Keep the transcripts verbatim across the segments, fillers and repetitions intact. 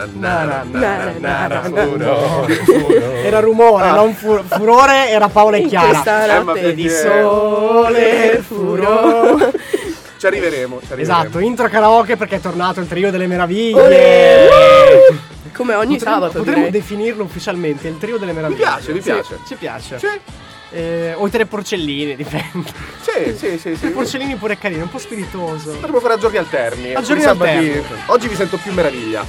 na, na, na, na, furore. Era rumore, ah. non fu- furore, era Paola e Chiara. Questa notte eh, di sole, furore. Ci arriveremo, ci arriveremo. Esatto, intro karaoke perché è tornato il trio delle meraviglie. Olè. Come ogni potremmo, sabato potremmo direi. definirlo ufficialmente il trio delle meraviglie. Mi piace, mi piace. Sì, ci piace. Sì. Eh, o i tre porcellini, dipende. Sì, sì, sì, sì. I porcellini pure carini, un po' spiritoso. Potremmo fare a giorni alterni. A giorni sabati. alterni. Oggi vi sento più meraviglia.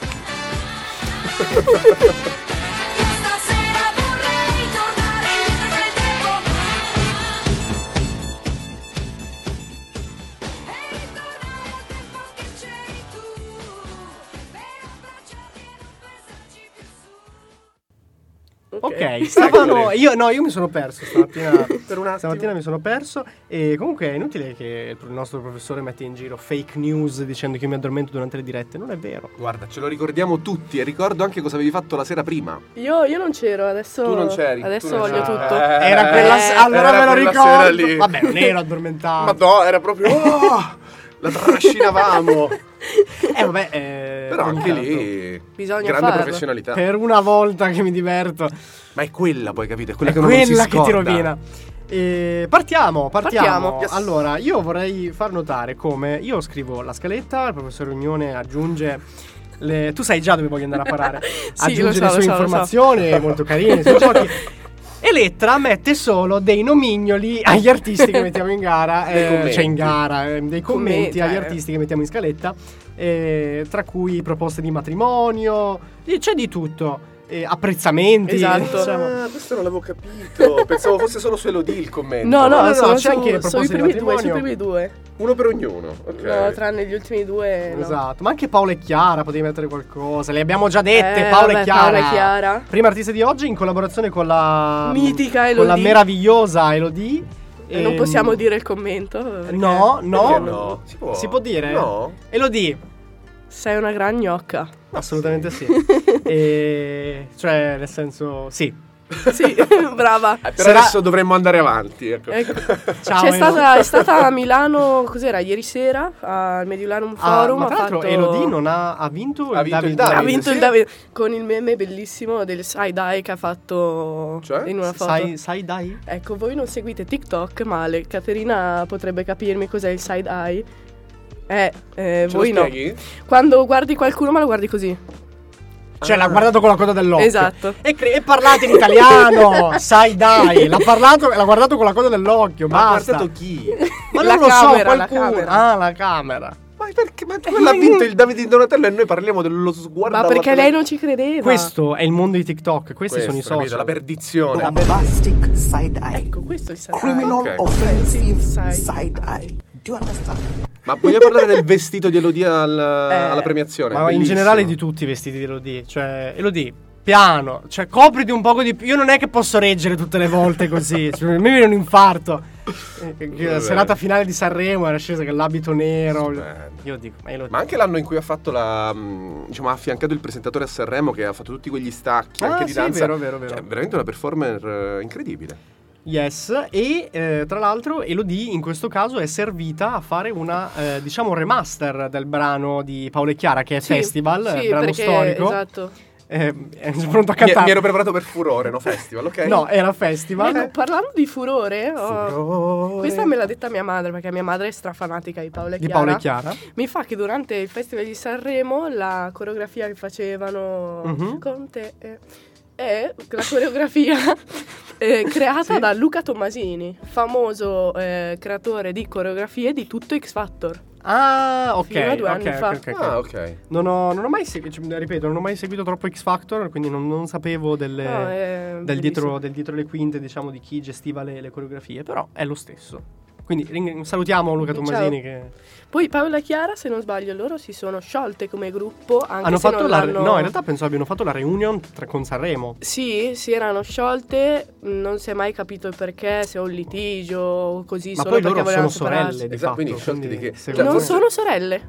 Ok, stavano. Io no, io mi sono perso stamattina. Per un attimo. Stamattina mi sono perso. E comunque è inutile che il nostro professore metta in giro fake news dicendo che io mi addormento durante le dirette. Non è vero. Guarda, ce lo ricordiamo tutti. E ricordo anche cosa avevi fatto la sera prima. Io, io non c'ero, adesso. Tu non c'eri. Adesso tu non voglio c'eri. tutto. Eh, Era quella se- allora era me lo quella ricordo. sera lì. Vabbè, non ero addormentato. Ma no, era proprio. Oh, la trascinavamo. Eh vabbè, eh, Però ogni anche tanto. lì. Bisogna grande farlo. professionalità. Per una volta che mi diverto. Ma è quella, poi capito? È quella È che non si quella che ti scorda. rovina. E partiamo, partiamo. Partiamo. Yes. Allora, io vorrei far notare come io scrivo la scaletta, il professor Unione aggiunge le... Tu sai già dove voglio andare a parare. Sì, Aggiunge lo so, le sue lo so, lo so. informazioni molto carine sui giochi. Elettra mette solo dei nomignoli agli artisti che mettiamo in gara, Dei eh, commenti. cioè in gara, eh, dei commenti Commenti, agli eh. artisti che mettiamo in scaletta, eh, tra cui proposte di matrimonio, eh, c'è di tutto. Eh, apprezzamenti, Esatto. diciamo. Ah, questo non l'avevo capito. Pensavo fosse solo su Elodie il commento. No, no, No, no, no, sono c'è su, anche su proposte i di primi due, sui matrimonio. primi due. Uno per ognuno. Ok. No, tranne gli ultimi due. No. Esatto, ma anche Paola e Chiara potevi mettere qualcosa. Le abbiamo già dette, Eh, Paola, vabbè, e Chiara. Paola e Chiara. Prima artista di oggi in collaborazione con la Mitica con la Elodie. meravigliosa Elodie. E non Ehm, possiamo dire il commento. perché No, no. Perché no? Si può. Si può dire? No. Elodie. Sei una gran gnocca. Assolutamente sì. E cioè, nel senso, sì. Sì, brava. Eh, per Sarà- adesso dovremmo andare avanti. Ecco. Ecco. Ciao. C'è Elo. stata, è stata a Milano, cos'era, ieri sera, al Mediolanum Ah, Forum. ma ha tra l'altro fatto... Elodie non ha, ha vinto Ha il vinto il David David. Ha vinto Sì. il David con il meme bellissimo del side-eye che ha fatto Cioè? in una foto. Sai, sai dai? Ecco, voi non seguite TikTok, ma le- Caterina potrebbe capirmi cos'è il side-eye. Eh, eh Ce voi lo no. spieghi? Quando guardi qualcuno, ma lo guardi così. Cioè, Ah. l'ha guardato con la coda dell'occhio. Esatto. E, cre- e parlate in italiano, sai dai. L'ha parlato, l'ha guardato con la coda dell'occhio. Ma ha basta. guardato chi? Ma La non lo camera, so, la qualcuno. camera. Ah, la camera. Ma perché? Ma quello ha vinto il Davide di Donatello e noi parliamo dello sguardo. Ma alla perché tele- lei non ci credeva. Questo è il mondo di TikTok. Questi Questo, sono i capito? social. La perdizione. Bombastic side eye. Ecco, questo è il side-eye. Criminal Ok. offensive Side. side eye. Do you understand? Ma vogliamo parlare del vestito di Elodie al- Eh, alla premiazione? Ma in Bellissimo. generale di tutti i vestiti di Elodie. Cioè, Elodie, piano. Cioè, copriti un poco di più. Io non è che posso reggere tutte le volte così. Cioè, mi viene un infarto. Eh, che- che La Vabbè. serata finale di Sanremo era scesa con l'abito nero. Stupendo. Io dico, ma Elodie. Ma anche l'anno in cui ha fatto la. mh, diciamo, ha affiancato il presentatore a Sanremo che ha fatto tutti quegli stacchi Ah, anche di sì, danza. vero, vero, vero. Cioè, veramente una performer eh, incredibile. Yes, e eh, tra l'altro Elodie in questo caso è servita a fare una, eh, diciamo, remaster del brano di Paola e Chiara, che è Sì, Festival, sì, il brano perché, storico. Esatto. Eh, è pronto a Mi, cantare. mi ero preparato per Furore, no? Festival, ok? No, era Festival. Ecco, parlando di furore, ho- Furore. questa me l'ha detta mia madre, perché mia madre è strafanatica di Paola e Di Chiara. Paola e Chiara. Mi fa che durante il Festival di Sanremo la coreografia che facevano Mhm. con te eh, è la coreografia eh, creata Sì. da Luca Tommasini, famoso eh, creatore di coreografie di tutto X Factor. Ah, ok. Fino a due ok, anni ok, fa. ok, ok. Ah, ok. Non ho, non ho mai seguito, ripeto, non ho mai seguito troppo X Factor, quindi non, non sapevo delle, No, è del, bellissimo. dietro, del dietro le quinte, diciamo, di chi gestiva le, le coreografie, però è lo stesso. Quindi ring- salutiamo Luca Ciao. Tommasini che Poi Paola e Chiara, se non sbaglio, loro si sono sciolte come gruppo, anche hanno se fatto non la l'hanno... no, in realtà penso abbiano fatto la reunion tra, con Sanremo. Sì, si erano sciolte, non si è mai capito il perché, se è un litigio o così, Ma solo poi perché loro volevano sono sorelle separarsi. di Esatto, fatto, quindi sciolti di che? secondo Non me- forse- sono sorelle.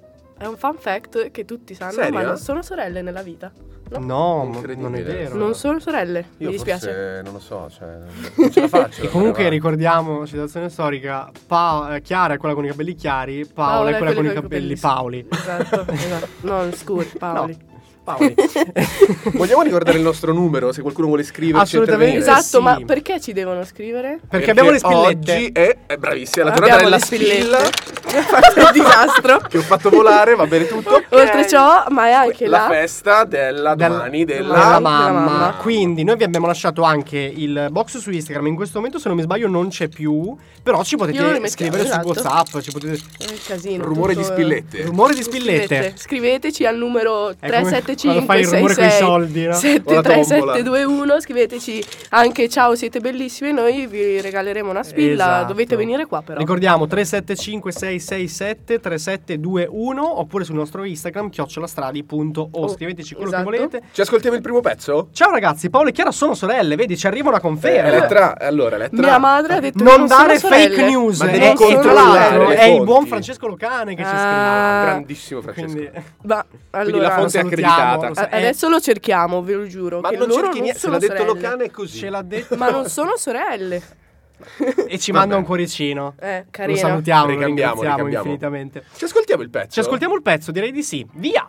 È un fun fact che tutti sanno, Serio? ma non sono sorelle nella vita. No, No, ma Incredibile. non è vero. non sono sorelle, Io mi dispiace. forse non lo so, cioè, non ce la faccio. E comunque ricordiamo, citazione storica, Pa- eh, Chiara è quella con i capelli chiari, Paola, Paola è quella con i coi capelli capelli- Paoli. Esatto, esatto. Non scuri, Paoli. No. Paoli. Vogliamo ricordare il nostro numero se qualcuno vuole scriverci? Assolutamente. intervenire? Esatto, sì. ma perché ci devono scrivere? Perché abbiamo le spillette. Oggi è, è bravissima, la giornata Abbiamo della le spillette. spilla Mi ha fatto il disastro. che ho fatto volare, va bene tutto. Oltre ciò, ma è anche La la... festa della Del- domani della, della mamma. mamma. Quindi noi vi abbiamo lasciato anche il box su Instagram. In questo momento, se non mi sbaglio, non c'è più. Però ci Io lo potete rimettiamo, scrivere esatto. su WhatsApp. Ci potete... È il casino. rumore di tutto, spillette. Rumore di spillette. Scriveteci al numero È tre come sette quando cinque fai il sei rumore coi sei soldi, no? sette O la tre tombola. sette due uno. Scriveteci anche ciao, siete bellissimi, e noi vi regaleremo una spilla. Esatto. Dovete venire qua però. Ricordiamo tre sette cinque sei sei sette tre sette due uno oppure sul nostro Instagram chiocciolastradi punto o. Oh, Scriveteci quello esatto. che volete. Ci ascoltiamo il primo pezzo? Ciao ragazzi, Paolo e Chiara sono sorelle, vedi, ci arriva una conferma. Eh, Elettra, allora, Elettra. Mia madre ha detto che non non dare sono fake sorelle. news. Ma E, devi e tra controllare l'altro le è il fonti. buon Francesco Locane che ci scrive. Ah. Grandissimo Francesco. Quindi Ma Quindi la allora fonte è salutiamo, accreditata. lo sa- a- adesso lo cerchiamo, ve lo giuro. Ma che non loro cerchi non niente, se sono l'ha detto sorelle. Locane è così. ce l'ha detto. Ma non sono sorelle. E ci manda un cuoricino. Eh, Lo carino. salutiamo, lo Ricambiamo, ringraziamo ricambiamo. infinitamente. Ci ascoltiamo il pezzo? Ci ascoltiamo il pezzo, direi di sì. Via!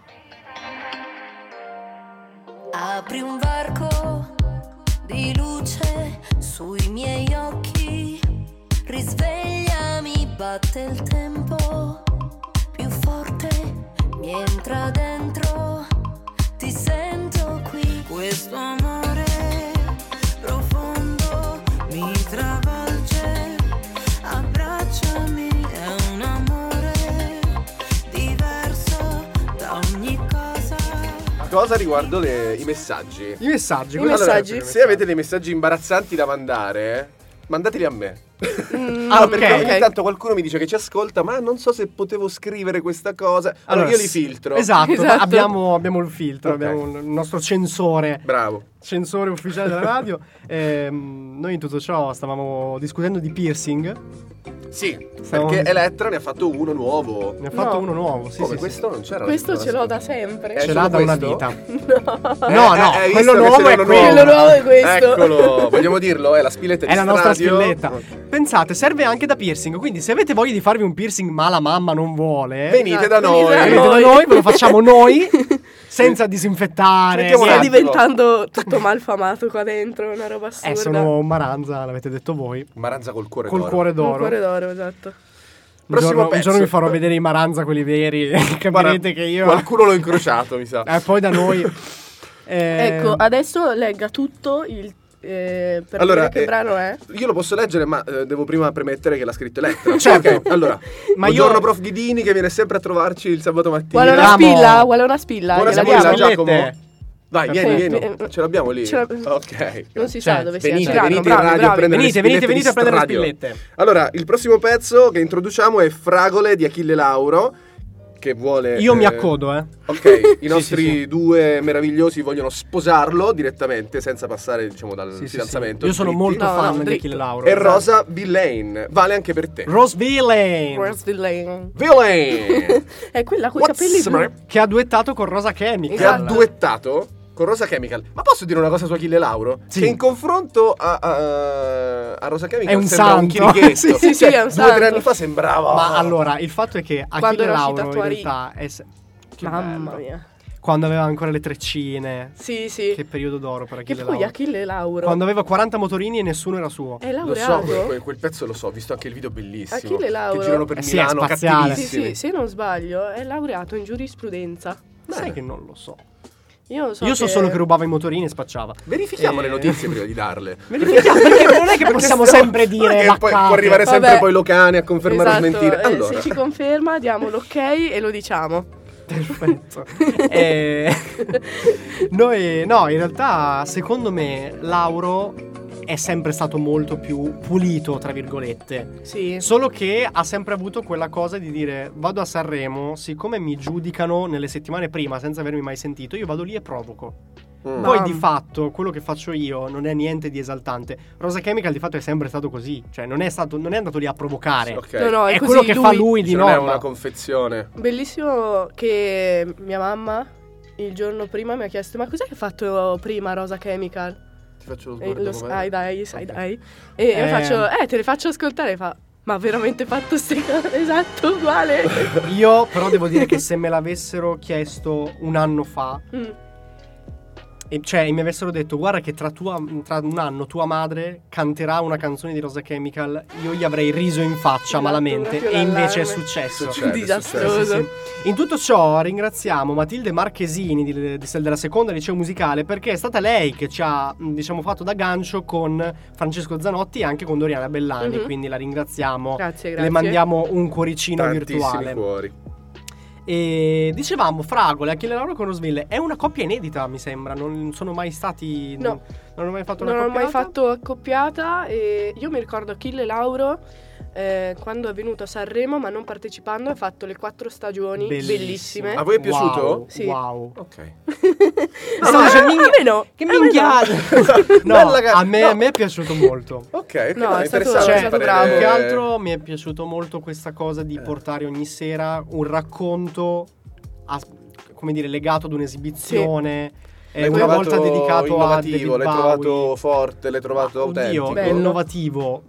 Apri un varco di luce sui miei occhi, risvegliami, batte il tempo più forte, mi entra dentro, ti sento qui. Questo amore profondo mi travolge, abbracciami, è un amore diverso da ogni cosa. Cosa riguardo le- i messaggi? I messaggi. I cosa messaggi. c'è? Se avete dei messaggi imbarazzanti da mandare, mandateli a me. Mm, Ah, ok. Perché ogni ok. tanto qualcuno mi dice che ci ascolta, ma non so se potevo scrivere questa cosa. Allora, io li s- filtro. Esatto, Esatto. Abbiamo, abbiamo il filtro, Ok. abbiamo il nostro censore. Bravo. Censore ufficiale della radio. Ehm, noi in tutto ciò stavamo discutendo di piercing. Sì, Stiamo- perché Elettra ne ha fatto uno nuovo. Ne ha fatto No. uno nuovo. Sì, Come sì, sì. questo non c'era? la Questo settimana ce l'ho da scorsa. sempre. Eh, Ce solo l'ha da una questo? vita. Eh, No, no, eh, hai quello visto che nuovo ce è n'è uno quello. Quello nuovo è questo. Eccolo, vogliamo dirlo, è la spilletta di È la nostra Stradio. spilletta. Pensate, serve anche da piercing. Quindi, se avete voglia di farvi un piercing, ma la mamma non vuole, Venite da Esatto, noi. venite da venite da noi. noi, ve lo facciamo noi. Senza disinfettare. Mettiamo Sta un niente. attimo. diventando tutto malfamato qua dentro, una roba assurda. Eh, sono un Maranza, l'avete detto voi. Maranza col cuore Col d'oro. cuore Un d'oro. cuore d'oro, esatto. Un Prossimo giorno, un pezzo. giorno vi farò vedere i Maranza, quelli veri. Capirete Guarda, che io. Qualcuno l'ho incrociato, mi sa. Eh, poi da noi. eh, Ecco, adesso legga tutto il... eh, per Allora, dire che eh, brano è. Io lo posso leggere, ma eh, devo prima premettere che l'ha scritto Elettra. Certo. Ok, allora. Ma Buongiorno, io- prof Ghidini, che viene sempre a trovarci il sabato mattina. Vuole una Amo. spilla? Vuole una spilla? Buona Gliela spilla, diamo? Giacomo. Spillette. Vai, vieni, Ok. vieni. Eh, Ce l'abbiamo lì. ce l'ab- Ok. Non si Cioè, sa dove sia. venite, Ce l'hanno, venite bravi, in radio bravi. a prendere Venite, le venite, spillette venite di a prendere le Stradio. spillette. Allora, il prossimo pezzo che introduciamo è Fragole di Achille Lauro, che vuole... Io mi eh, accodo, eh. Ok, i Sì, nostri sì, sì. due meravigliosi vogliono sposarlo direttamente, senza passare, diciamo, dal Sì, sì, fidanzamento. sì. Io sono dritti. molto No, no, fan di dritto. Achille Lauro. E Rosa Villain, vale anche per te. Rose Villain, Where's the lane? Villain! È quella con i What's capelli blu. my- che ha duettato con Rosa Chemical. che ha Esatto. duettato con Rosa Chemical. Ma posso dire una cosa su Achille Lauro? Sì. Che in confronto a, a, a Rosa Chemical È un sembra un santo. chirichetto. Sì, sì, sì, Cioè, è un due o tre santo. anni fa sembrava... Ma allora, il fatto è che Quando Achille era Lauro uscita in Tuareg. realtà è se- che Mamma bello. mia. Quando aveva ancora le treccine. Sì, sì. Che periodo d'oro per Che Achille poi Lauro. Achille Lauro Quando aveva quaranta motorini e nessuno era suo. è Lo so, laureato. quel, quel- quel pezzo lo so, ho visto anche il video bellissimo. Achille Lauro. Che girano per Eh sì, è Milano, spaziale. Sì, cattivissimi. sì, se non sbaglio è laureato in giurisprudenza. Sai che non lo so. Io so, Io so che... solo che rubava i motorini e spacciava. Verifichiamo Eh, le notizie prima di darle. Verifichiamo, perché non è che possiamo Perché sempre no, dire perché poi vaccate. può arrivare sempre Vabbè. poi Locane a confermare Esatto, o smentire. eh, Allora, se ci conferma diamo l'ok e lo diciamo. Perfetto. Eh, noi, no, in realtà, secondo me, Lauro è sempre stato molto più pulito, tra virgolette. Sì. Solo che ha sempre avuto quella cosa di dire: vado a Sanremo, siccome mi giudicano nelle settimane prima senza avermi mai sentito, io vado lì e provoco. Mm. Poi Ma- di fatto quello che faccio io non è niente di esaltante. Rosa Chemical di fatto è sempre stato così. Cioè non è stato, non è andato lì a provocare. ok. No, no, è, È così, quello che fa lui Dice, di non è norma. una confezione. Bellissimo che mia mamma il giorno prima mi ha chiesto: ma cos'è che ha fatto prima Rosa Chemical? Ti faccio lo E sguardo. lo com'è? sai dai, sai Ok. dai. E io Eh. faccio: eh, te le faccio ascoltare. E fa: ma ha veramente fatto ste cose? Esatto, uguale. Io però devo dire che se me l'avessero chiesto un anno fa, Mm. e cioè mi avessero detto guarda che tra, tua, tra un anno tua madre canterà una canzone di Rosa Chemical, io gli avrei riso in faccia Esatto, malamente, proprio e invece è l'allarme. successo. Succede, Disastroso. succede. In tutto ciò ringraziamo Matilde Marchesini di, di, della seconda liceo musicale, perché è stata lei che ci ha, diciamo, fatto da gancio con Francesco Zanotti e anche con Doriana Bellani, Mhm. quindi la ringraziamo. Grazie, Le grazie. mandiamo un cuoricino Tantissimi virtuale. cuori. E dicevamo Fragole, Achille Lauro con Rosville è una coppia inedita, mi sembra. Non sono mai stati. No. Non, non ho mai fatto Non una ho coppia. mai fatto accoppiata e io mi ricordo Achille Lauro eh, quando è venuto a Sanremo ma non partecipando ha fatto le quattro stagioni Bellissimo. bellissime. A voi è piaciuto? Wow, Sì. wow. Ok. No, No, no, cioè, a mi- me no. Che a me minchiata. No, Bella ga- a me, no. a me è piaciuto molto. Ok, ok, No, no, è stato- interessante è il stato parere- bravo. Più che altro mi è piaciuto molto questa cosa di portare ogni sera un racconto a- come dire, legato ad un'esibizione. È L'hai una trovato volta dedicato a innovativo, David l'hai Bowie. trovato forte, l'hai trovato Oddio, autentico. è Bello. innovativo.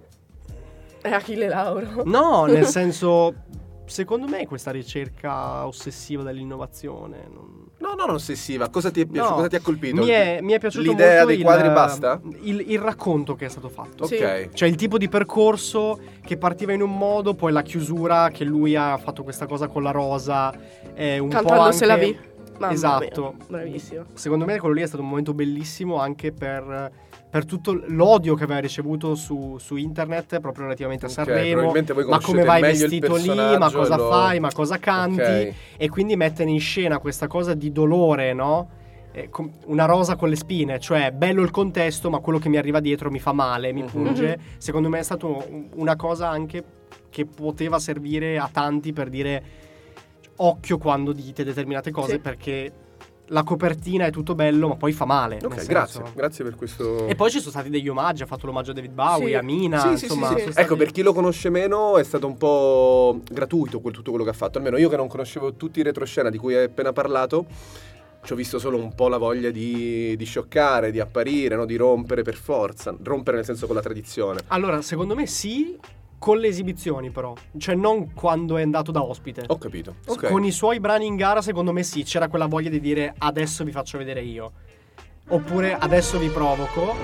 È Achille Lauro. No, nel senso, secondo me questa ricerca ossessiva dell'innovazione non- No, non ossessiva. Cosa ti è piaciuto? No. Cosa ti ha colpito? Mi è, mi è piaciuto L'idea molto dei il- quadri basta? Il, il racconto che è stato fatto. Sì. Ok. Cioè il tipo di percorso che partiva in un modo, poi la chiusura che lui ha fatto questa cosa con la rosa, è un po' Cantando Se la anche- vi. Mamma Esatto. mia, bravissimo. Secondo me quello lì è stato un momento bellissimo anche per, per tutto l'odio che aveva ricevuto su, su internet proprio relativamente a Ok, Sanremo. probabilmente voi Ma conoscete come vai meglio il vestito lì, ma personaggio cosa e lo- fai, ma cosa canti, Ok. e quindi mettere in scena questa cosa di dolore, no? Eh, com- una rosa con le spine, cioè bello il contesto, ma quello che mi arriva dietro mi fa male, mi Mhm. punge. Secondo me è stata una cosa anche che poteva servire a tanti per dire occhio quando dite determinate cose, Sì. perché la copertina è tutto bello, ma poi fa male. nel Ok, senso. grazie. Grazie per questo. E poi ci sono stati degli omaggi, ha fatto l'omaggio a David Bowie, Sì. a Mina, Sì, sì, insomma. sì, sì. sono stati- Ecco, per chi lo conosce meno è stato un po' gratuito quel, tutto quello che ha fatto. Almeno io che non conoscevo tutti i retroscena di cui hai appena parlato, ci ho visto solo un po' la voglia di, di scioccare, di apparire, no? Di rompere per forza. Rompere nel senso con la tradizione. Allora, secondo me sì, con le esibizioni però. Cioè non quando è andato da ospite. Ho capito. Ok. Con i suoi brani in gara, secondo me sì, c'era quella voglia di dire adesso vi faccio vedere io. Oppure adesso vi provoco.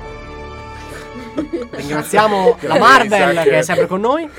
Ringraziamo la Marvel Sì, che è sempre con noi.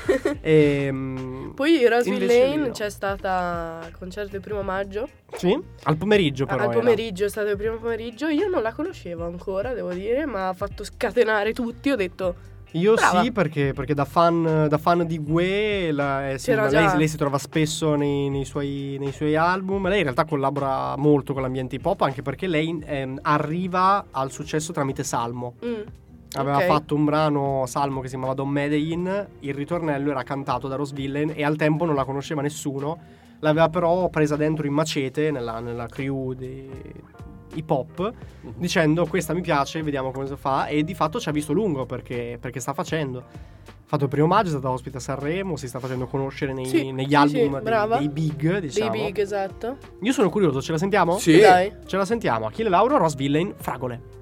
E, Poi Roseville Invece Lane lì no. c'è stata concerto il primo maggio. sì, al pomeriggio però. Al era. pomeriggio è stato il primo pomeriggio. Io non la conoscevo ancora, devo dire, ma ha fatto scatenare tutti. Ho detto Io Brava. sì, perché, perché da, fan, da fan di Gue la- eh, sì, C'era ma lei, già. lei si trova spesso nei, nei suoi, nei suoi album. Lei in realtà collabora molto con l'ambiente hip hop, anche perché lei ehm, arriva al successo tramite Salmo. mm, Aveva ok. fatto un brano Salmo che si chiamava Don Medellin, il ritornello era cantato da Rose Villain e al tempo non la conosceva nessuno. L'aveva però presa dentro in Macete, nella, nella crew di hip hop, dicendo questa mi piace, vediamo come si fa, e di fatto ci ha visto lungo perché, perché sta facendo. Ha fatto il primo maggio, è stata ospite a Sanremo, si sta facendo conoscere nei- Sì, negli sì, album sì, dei, brava. dei big, diciamo. Dei big, esatto. Io sono curioso, ce la sentiamo? Sì. Dai. Ce la sentiamo. Achille Lauro, Rose Villain, Fragole.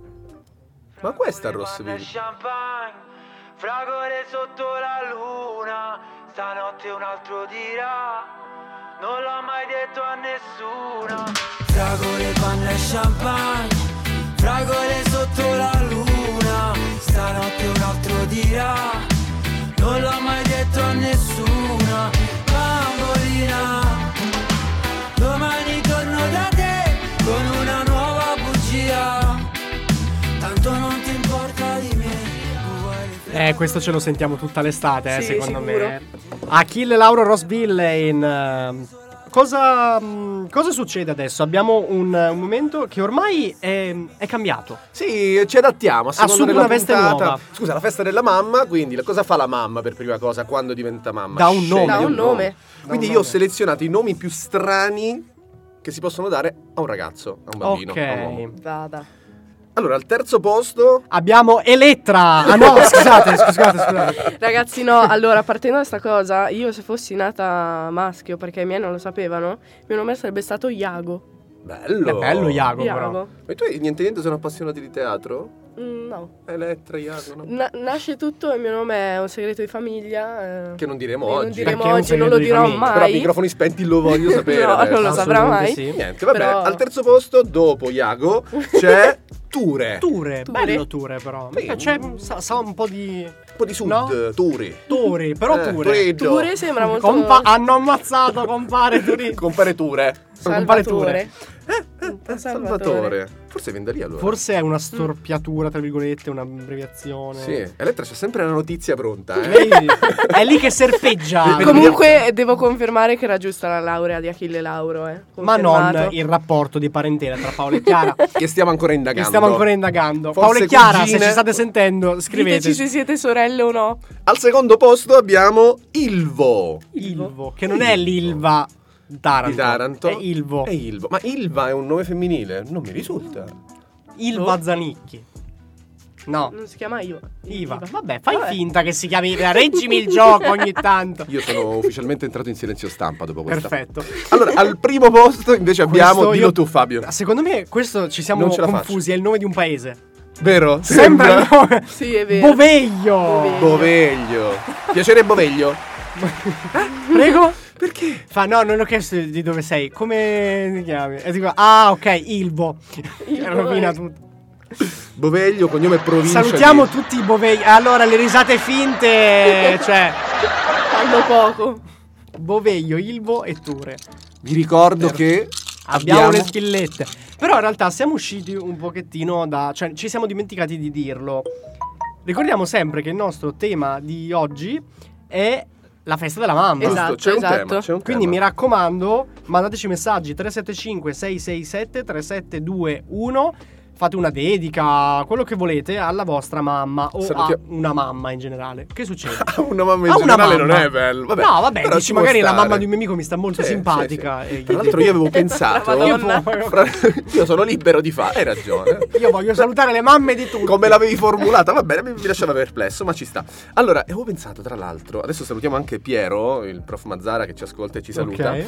Ma questa è Rossville. Champagne, fragole sotto la luna, stanotte un altro dirà, non l'ho mai detto a nessuno. Fragole, panna e champagne, fragole sotto la luna, stanotte un altro dirà, non l'ho mai detto a nessuno. Bambolina, domani torno da te con una nuova bugia. Tanto non ti importa di me. Eh, questo ce lo sentiamo tutta l'estate, eh, Sì, secondo sicuro. me. Achille Lauro, Rose Villain. ehm, Cosa, mh, cosa succede adesso? Abbiamo un, un momento che ormai è, è cambiato. Sì, ci adattiamo a seconda Assume della una veste puntata. nuova. Scusa, la festa della mamma, quindi la- cosa fa la mamma per prima cosa quando diventa mamma? Da un Sceglie nome. Da un nome. Quindi Da un io ho nome. selezionato i nomi più strani che si possono dare a un ragazzo, a un bambino, a un uomo. Ok. Vada. Allora, al terzo posto Abbiamo Elettra. Ah no, scusate, scusate, scusate. Ragazzi, no, allora, partendo da sta cosa, io se fossi nata maschio, perché i miei non lo sapevano, il mio nome sarebbe stato Iago. bello. È bello Iago, però. Iago. Ma tu hai niente niente sono appassionati di teatro? Mm, no. Elettra, Iago, no? Na- nasce tutto, il mio nome è un segreto di famiglia. eh. Che non diremo Che oggi. non diremo Perché è un oggi, non segreto lo di dirò famiglia. mai. Però a microfoni spenti lo voglio sapere. No, adesso. non lo saprà mai. Assolutamente sì. Niente, vabbè, Però- al terzo posto, dopo Iago, c'è Ture. Ture, Ture? bello Ture però. Sì. C'è sa, sa un po' di Un po' di sud, No? Ture. Ture, però Eh, Ture. Tureddo. Ture sembra molto Compa- hanno ammazzato compare Ture. Compare Ture. compare Salvatore. Eh, Salvatore. Forse vende lì allora. Forse è una storpiatura, tra virgolette, un'abbreviazione. Sì, Elettra c'ha sempre una notizia pronta, eh. Lei è lì che serpeggia. Vedi- Comunque devo confermare che era giusta la laurea di Achille Lauro, eh. Ma non Confermato. il rapporto di parentela tra Paolo e Chiara. Che stiamo ancora Che indagando. stiamo ancora indagando. Forse Paolo e Chiara, cugine. se ci state sentendo, scrivete. Diteci se siete sorelle o no. Al secondo posto abbiamo Ilvo. Ilvo, che non è l'Ilva Taranto. Di Taranto. È Ilvo. È Ilvo. Ma Ilva è un nome femminile? Non mi risulta. Ilva Zanicchi. No. Non si chiama Iva. Iva. Vabbè, fai Vabbè. finta che si chiami Iva. Reggimi il gioco ogni tanto. Io sono ufficialmente entrato in silenzio stampa dopo questa. Perfetto. Allora, al primo posto invece abbiamo, Questo dillo io- tu Fabio. Secondo me questo ci siamo Non ce la confusi, è il nome di un paese. Vero? Sembra il nome. Sì, è vero. Boveglio. Boveglio. Boveglio. Piacere Boveglio? Prego. Perché? Fa no, non ho chiesto di dove sei. Come ti chiami? E dico, ah, ok, Ilvo. Ilvo, Rovina eh. tutto. Boveglio, cognome provincia. Salutiamo di- tutti i Bovegli. Allora, le risate finte, cioè Fanno poco. Boveglio, Ilvo e Ture. Vi ricordo che Abbiamo, abbiamo le schillette. Però in realtà siamo usciti un pochettino da... Cioè ci siamo dimenticati di dirlo. Ricordiamo sempre che il nostro tema di oggi è la festa della mamma. Giusto, Esatto, c'è un esatto. tema, c'è un Quindi tema. mi raccomando, mandateci messaggi tre sette cinque sei sei sette tre sette due uno. Fate una dedica, quello che volete, alla vostra mamma o Saluti- a una mamma in generale. Che succede? una mamma in A una generale mamma. non è bello. Vabbè, no, vabbè, però dici ci può magari la stare. mamma di un mio amico mi sta molto Sì, simpatica. sì, sì. e Tra gli- l'altro io avevo pensato La Io, Madonna. poi- Fra- io sono libero di fare, hai ragione. io voglio salutare le mamme di tutti. Come l'avevi formulata, va bene, mi, mi lasciava perplesso, ma ci sta. Allora, avevo pensato, tra l'altro, adesso salutiamo anche Piero, il prof Mazzara che ci ascolta e ci saluta. Ok.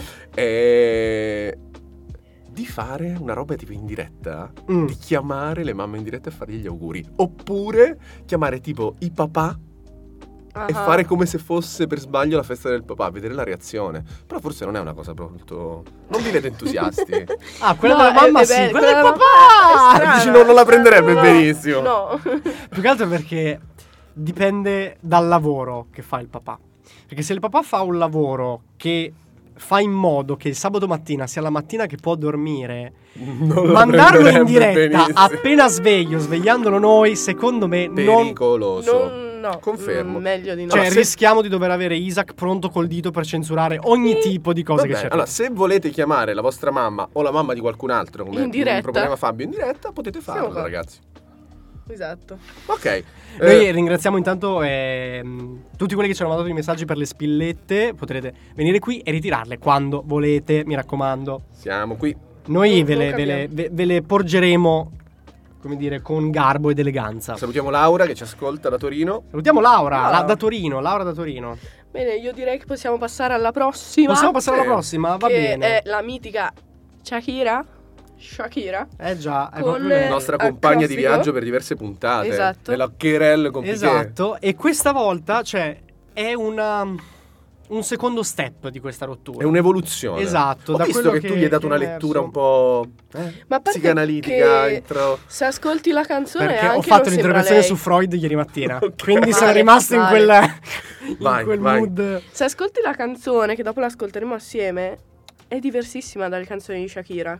E... di fare una roba tipo in diretta, Mm. di chiamare le mamme in diretta e fargli gli auguri. Oppure chiamare tipo i papà Ah. e fare come se fosse per sbaglio la festa del papà, vedere la reazione. Però forse non è una cosa molto... non vi vedo entusiasti. Ah, quella No, della è- mamma è sì, bello, quella del quella della papà. mamma è strana. Dici, non, non la prenderebbe No, benissimo. No. Più che altro perché dipende dal lavoro che fa il papà. Perché se il papà fa un lavoro che fa in modo che il sabato mattina sia la mattina che può dormire, Non la mandarlo in prenderebbe diretta benissimo. appena sveglio, svegliandolo noi, secondo me non... Pericoloso. Non, no. Confermo. Mm, meglio di no. Cioè Allora, se- rischiamo di dover avere Isaac pronto col dito per censurare ogni tipo di cose Va che bene, c'è. allora, se volete chiamare la vostra mamma o la mamma di qualcun altro, come In diretta. proponeva Fabio in diretta, potete farlo, Siamo qua. ragazzi. Esatto. Ok. Noi eh, ringraziamo intanto ehm, tutti quelli che ci hanno mandato i messaggi per le spillette. Potrete venire qui e ritirarle quando volete, mi raccomando. siamo qui. Noi Non- ve, non le, ve, le, capiamo. ve- ve le porgeremo, come dire, con garbo ed eleganza. Salutiamo Laura che ci ascolta da Torino. Salutiamo Laura, Ah. la- da Torino, Laura da Torino. Bene, io direi che possiamo passare alla prossima. Possiamo passare alla Sì. prossima? Va che bene. è la mitica Shakira. Shakira. Eh già, è con- proprio lei. Nostra al compagna di classico. viaggio per diverse puntate. Esatto. Nella Querelle con Piqué. Esatto, e questa volta, cioè, è una, un secondo step di questa rottura. È un'evoluzione. Esatto, Ho da visto quello che, tu che- gli hai dato che una è lettura emerso. un po' eh, Ma a parte psicanalitica. che intro- se ascolti la canzone Perché anche ho fatto non sembra un'interrogazione lei. su Freud ieri mattina. Ok. Quindi sono Vale, rimasto in vale. quel, in Vai, quel vai. mood. Se ascolti la canzone, che dopo l'ascolteremo assieme, è diversissima dalle canzoni di Shakira.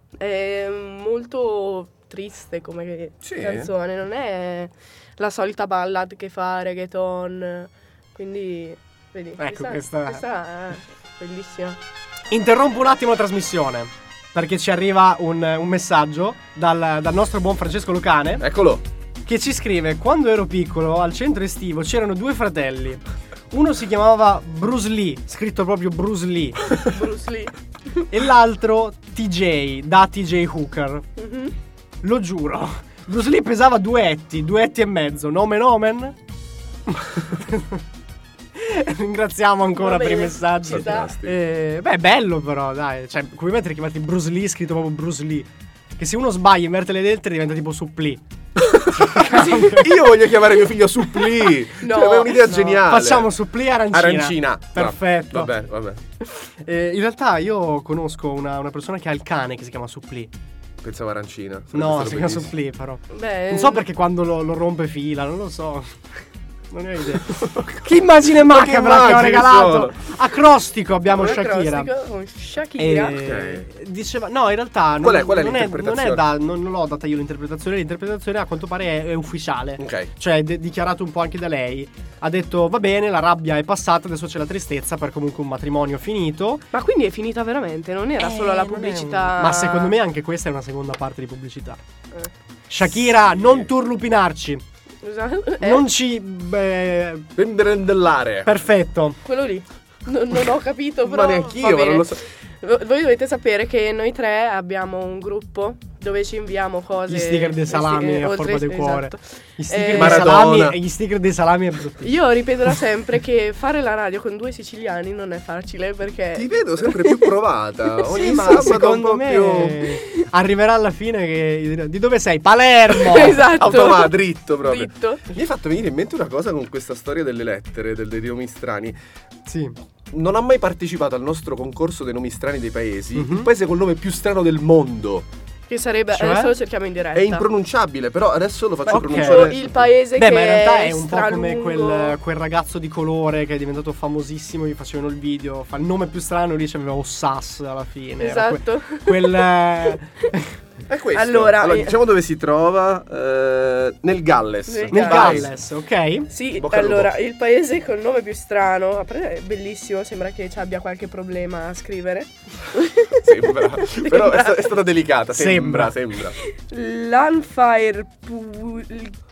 È molto triste come Sì? canzone, non è la solita ballad che fa reggaeton. Quindi, vedi, Ecco, questa, questa- questa è bellissima. Interrompo un attimo la trasmissione perché ci arriva un, un messaggio dal, dal nostro buon Francesco Lucane Eccolo. che ci scrive: quando ero piccolo al centro estivo c'erano due fratelli. Uno si chiamava Bruce Lee, scritto proprio Bruce Lee, Bruce Lee. e l'altro T J, da T J Hooker. Mhm. Lo giuro. Bruce Lee pesava due etti, due etti e mezzo. Nomen omen. Ringraziamo ancora Va per i bene, messaggi. ci sta. Fantastico. Eh, beh, bello però, dai. Cioè, come mettere chiamati Bruce Lee scritto proprio Bruce Lee? Che se uno sbaglia e inverte le lettere diventa tipo Suppli. Io voglio chiamare mio figlio Supplì. No, cioè, è un'idea no. geniale. Facciamo supplì arancina. Arancina. Perfetto. Va bene, va bene. Eh, in realtà io conosco una, una persona che ha il cane che si chiama Supplì. Pensavo arancina. Sarebbe No, stato si chiama bellissimo. Supplì però. Beh, Non so perché quando lo, lo rompe fila, non lo so. Non ne ho idea. Che immagine macabra che ho immagini regalato. sono? Acrostico abbiamo un Shakira. acrostico con Shakira. E diceva, no, in realtà non, Qual è- qual è non l'interpretazione? non, è da, non, non l'ho data io l'interpretazione. L'interpretazione a quanto pare è, è ufficiale. Ok. Cioè, è de- dichiarato un po' anche da lei. Ha detto, va bene, la rabbia è passata, adesso c'è la tristezza per comunque un matrimonio finito. Ma quindi è finita veramente? Non era Eh, solo la non è un- pubblicità? Ma secondo me anche questa è una seconda parte di pubblicità. Eh. Shakira, non turlupinarci. Scusa, eh, Non ci... beh, Penderendellare. perfetto. quello lì. Non, non ho capito, però. Ma neanch'io, va ma bene. non lo so. V- Voi dovete sapere che noi tre abbiamo un gruppo dove ci inviamo cose. Gli sticker dei salami eh, a oltre- forma di cuore. esatto. Gli sticker Eh, dei Maradona. salami, gli sticker dei salami è bruttissimo. Io ripeterò sempre che fare la radio con due siciliani non è facile perché. Ti vedo sempre più provata. Ogni Sì, ma sabato un secondo po' me più arriverà alla fine che di dove sei? Palermo. Esatto. automatico, dritto proprio. Dritto. Mi hai fatto venire in mente una cosa con questa storia delle lettere, del, dei nomi strani. Sì. Non ha mai partecipato al nostro concorso dei nomi strani dei paesi. Mhm. Il paese col nome più strano del mondo. Che sarebbe. Cioè? Adesso lo cerchiamo in diretta. È impronunciabile, però adesso lo faccio Ok. pronunciare. Il paese Beh, che ma in realtà è è un po' come stralungo. quel, quel ragazzo di colore che è diventato famosissimo, gli facevano il video, fa il nome più strano, lì c'aveva Ossas alla fine. Era que- Esatto. quel eh, È questo. Allora, eh, diciamo dove si trova. eh, nel Galles. Nel nel Vai. Galles, ok? Sì, Bocca al lupo. allora, il paese col nome più strano, a parte è bellissimo, sembra che ci abbia qualche problema a scrivere. Sembra. Però è, sta- è stata delicata. Sembra, Sembra. sembra. L'Unfire pu-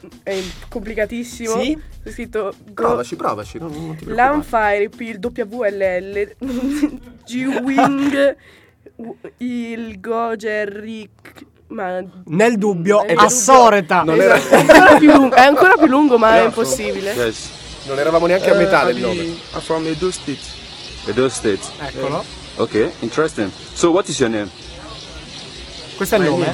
è complicatissimo. Sì? È scritto Go- Provaci, provaci. Non, non ti preoccupare. L'Unfire il W L L G-Wing il Gogerric. Ma Nel dubbio, Nel a dubbio. Soreta. Non era- Esatto, è ancora più lungo, è ancora più lungo, ma è No. impossibile. Yes. Non eravamo neanche a metà del nome. I'm from Edo State. Edo State. Eccolo. Okay, interesting. So what is your name? Questo è il nome.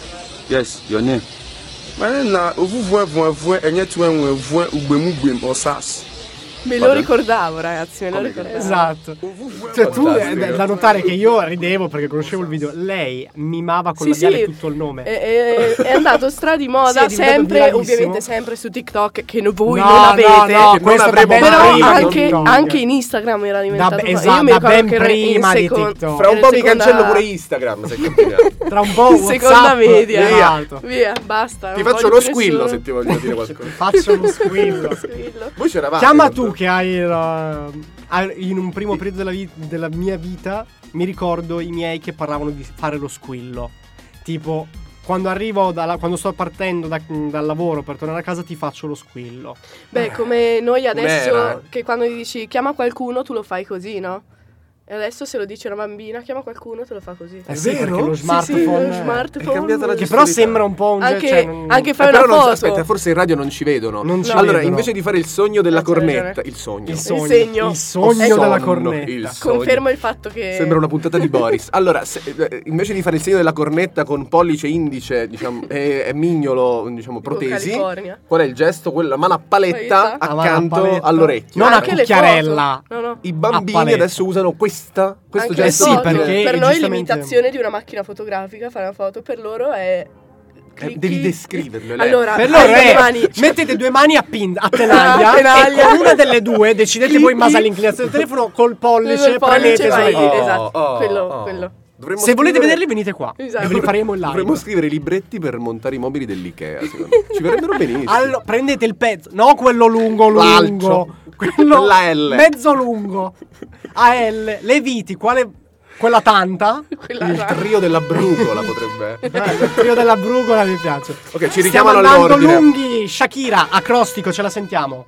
Yes, your name. My name na ovuvue vuevue enye tuenwe vue ugbemugwem osas. Me lo ricordavo, ragazzi, me lo ricordavo. Esatto. Cioè tu è Fantastico. da notare che io ridevo perché conoscevo il video. Lei mimava con Sì, la labiale sì. tutto il nome. È, è- è andato stra di moda, Sì, è diventato sempre, viralissimo. ovviamente sempre su TikTok, che no- voi No, non no, avete. no, che non questo da avremo ben mai. Però prima di anche, TikTok. anche in Instagram era diventato Da- fa- esatto, io mi da ricordo ben che ero in prima di secon- TikTok. Fra un ero po' in mi seconda- cancello pure Instagram se continuiamo. Tra un po' in seconda WhatsApp, media. esatto. Via, basta. Ti non faccio voglio lo più squillo nessuno. se ti voglio dire qualcosa. Faccio uno squillo. Squillo. Voi c'eravate. Chiama quando- tu che hai la- hai- in un primo periodo della, vi- della mia vita mi ricordo i miei che parlavano di fare lo squillo. Tipo quando arrivo dalla- quando sto partendo da- dal lavoro per tornare a casa ti faccio lo squillo. Beh, come noi adesso, Com'era? che quando gli dici chiama qualcuno, tu lo fai così, no? E adesso se lo dice una bambina, chiama qualcuno, te lo fa così. Eh sì, vero? perché lo Sì, sì, smartphone lo è- smartphone. è cambiata la che gestualità. però sembra un po' un Anche, cioè, non- anche Eh, fare però una non, foto. aspetta, forse in radio non ci vedono. Non ci allora, vedono. invece di fare il sogno della Ah, c'hai ragione. cornetta, il sogno. il sogno, segno. il sogno Sonno, della il cornetta. sogno. Confermo il fatto che Sembra una puntata di Boris. Allora, se- eh, invece di fare il segno della cornetta con pollice indice, diciamo, e, e mignolo, diciamo, Tipo protesi, California. qual è il gesto? Quella mano a paletta Questa? La mano a accanto paletta. all'orecchio. Non a Anche le cucchiarella. foto. No, no. I bambini a paletta. adesso usano questa, questo Anche gesto. Eh le sì, foto. perché per noi giustamente- l'imitazione di una macchina fotografica, fare una foto, per loro è Eh, clicchi. devi descriverlo. Lei. Allora, Per loro hai le è mani. mettete due mani a, pin, a tenaglia, A tenaglia. e con una delle due decidete voi in base Clicchi. all'inclinazione del telefono col pollice, Col pollice premete vai. sulla- Oh, esatto, oh, quello, oh. quello. Dovremmo Se volete scrivere- vederli venite qua Esatto. e ve li faremo in live. Dovremmo scrivere libretti per montare i mobili dell'Ikea, secondo me. Ci verrebbero benissimo. Allora, prendete il pezzo, no quello lungo lungo, L'alcio. quello La L. mezzo lungo, A L, le viti, quale quella tanta, Quella Il là. trio della brugola potrebbe. eh, il trio della brugola mi piace. Ok, ci Stiamo richiamano andando all'ordine. lunghi, Shakira, acrostico, ce la sentiamo.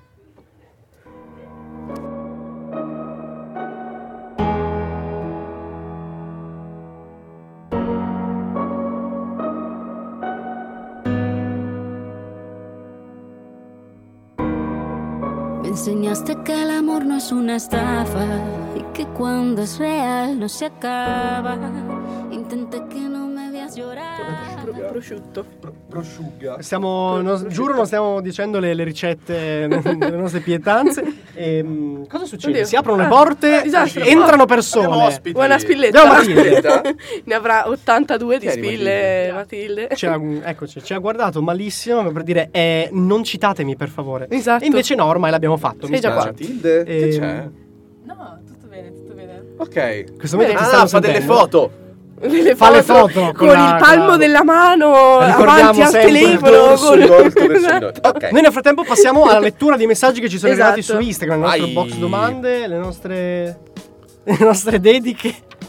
Me enseñaste que el amor no es una estafa y que cuando es real no se acaba. Intenté que no me veas Pro- prosciutto. Prosciuga. Stiamo, non- giuro, non stiamo dicendo le, le ricette delle nostre pietanze. Ehm, cosa succede? Oddio. Si aprono le Ah, porte, disastro. entrano Abbiamo persone. ospiti. Vuoi una spilletta? Abbiamo Matilde. Ne avrà ottantadue di Tieni, spille, Matilde. Ci ha, eccoci, ci ha guardato malissimo per dire eh, non citatemi per favore. Esatto. E invece no, ormai l'abbiamo fatto. Sei mi già spiace. Matilde, che Ehm, c'è? No, tutto bene, tutto bene. Ok. In questo momento ci Ah, stiamo fa delle sentendo. foto. Delle Fa le foto foto con, con la- il palmo con la- della mano Ricordiamo avanti al sempre telefono. Dorso, con- volto verso di noi. Ok. Noi nel frattempo passiamo alla lettura dei messaggi che ci sono Esatto. arrivati su Instagram, il nostro Vai. box domande, le nostre le nostre dediche.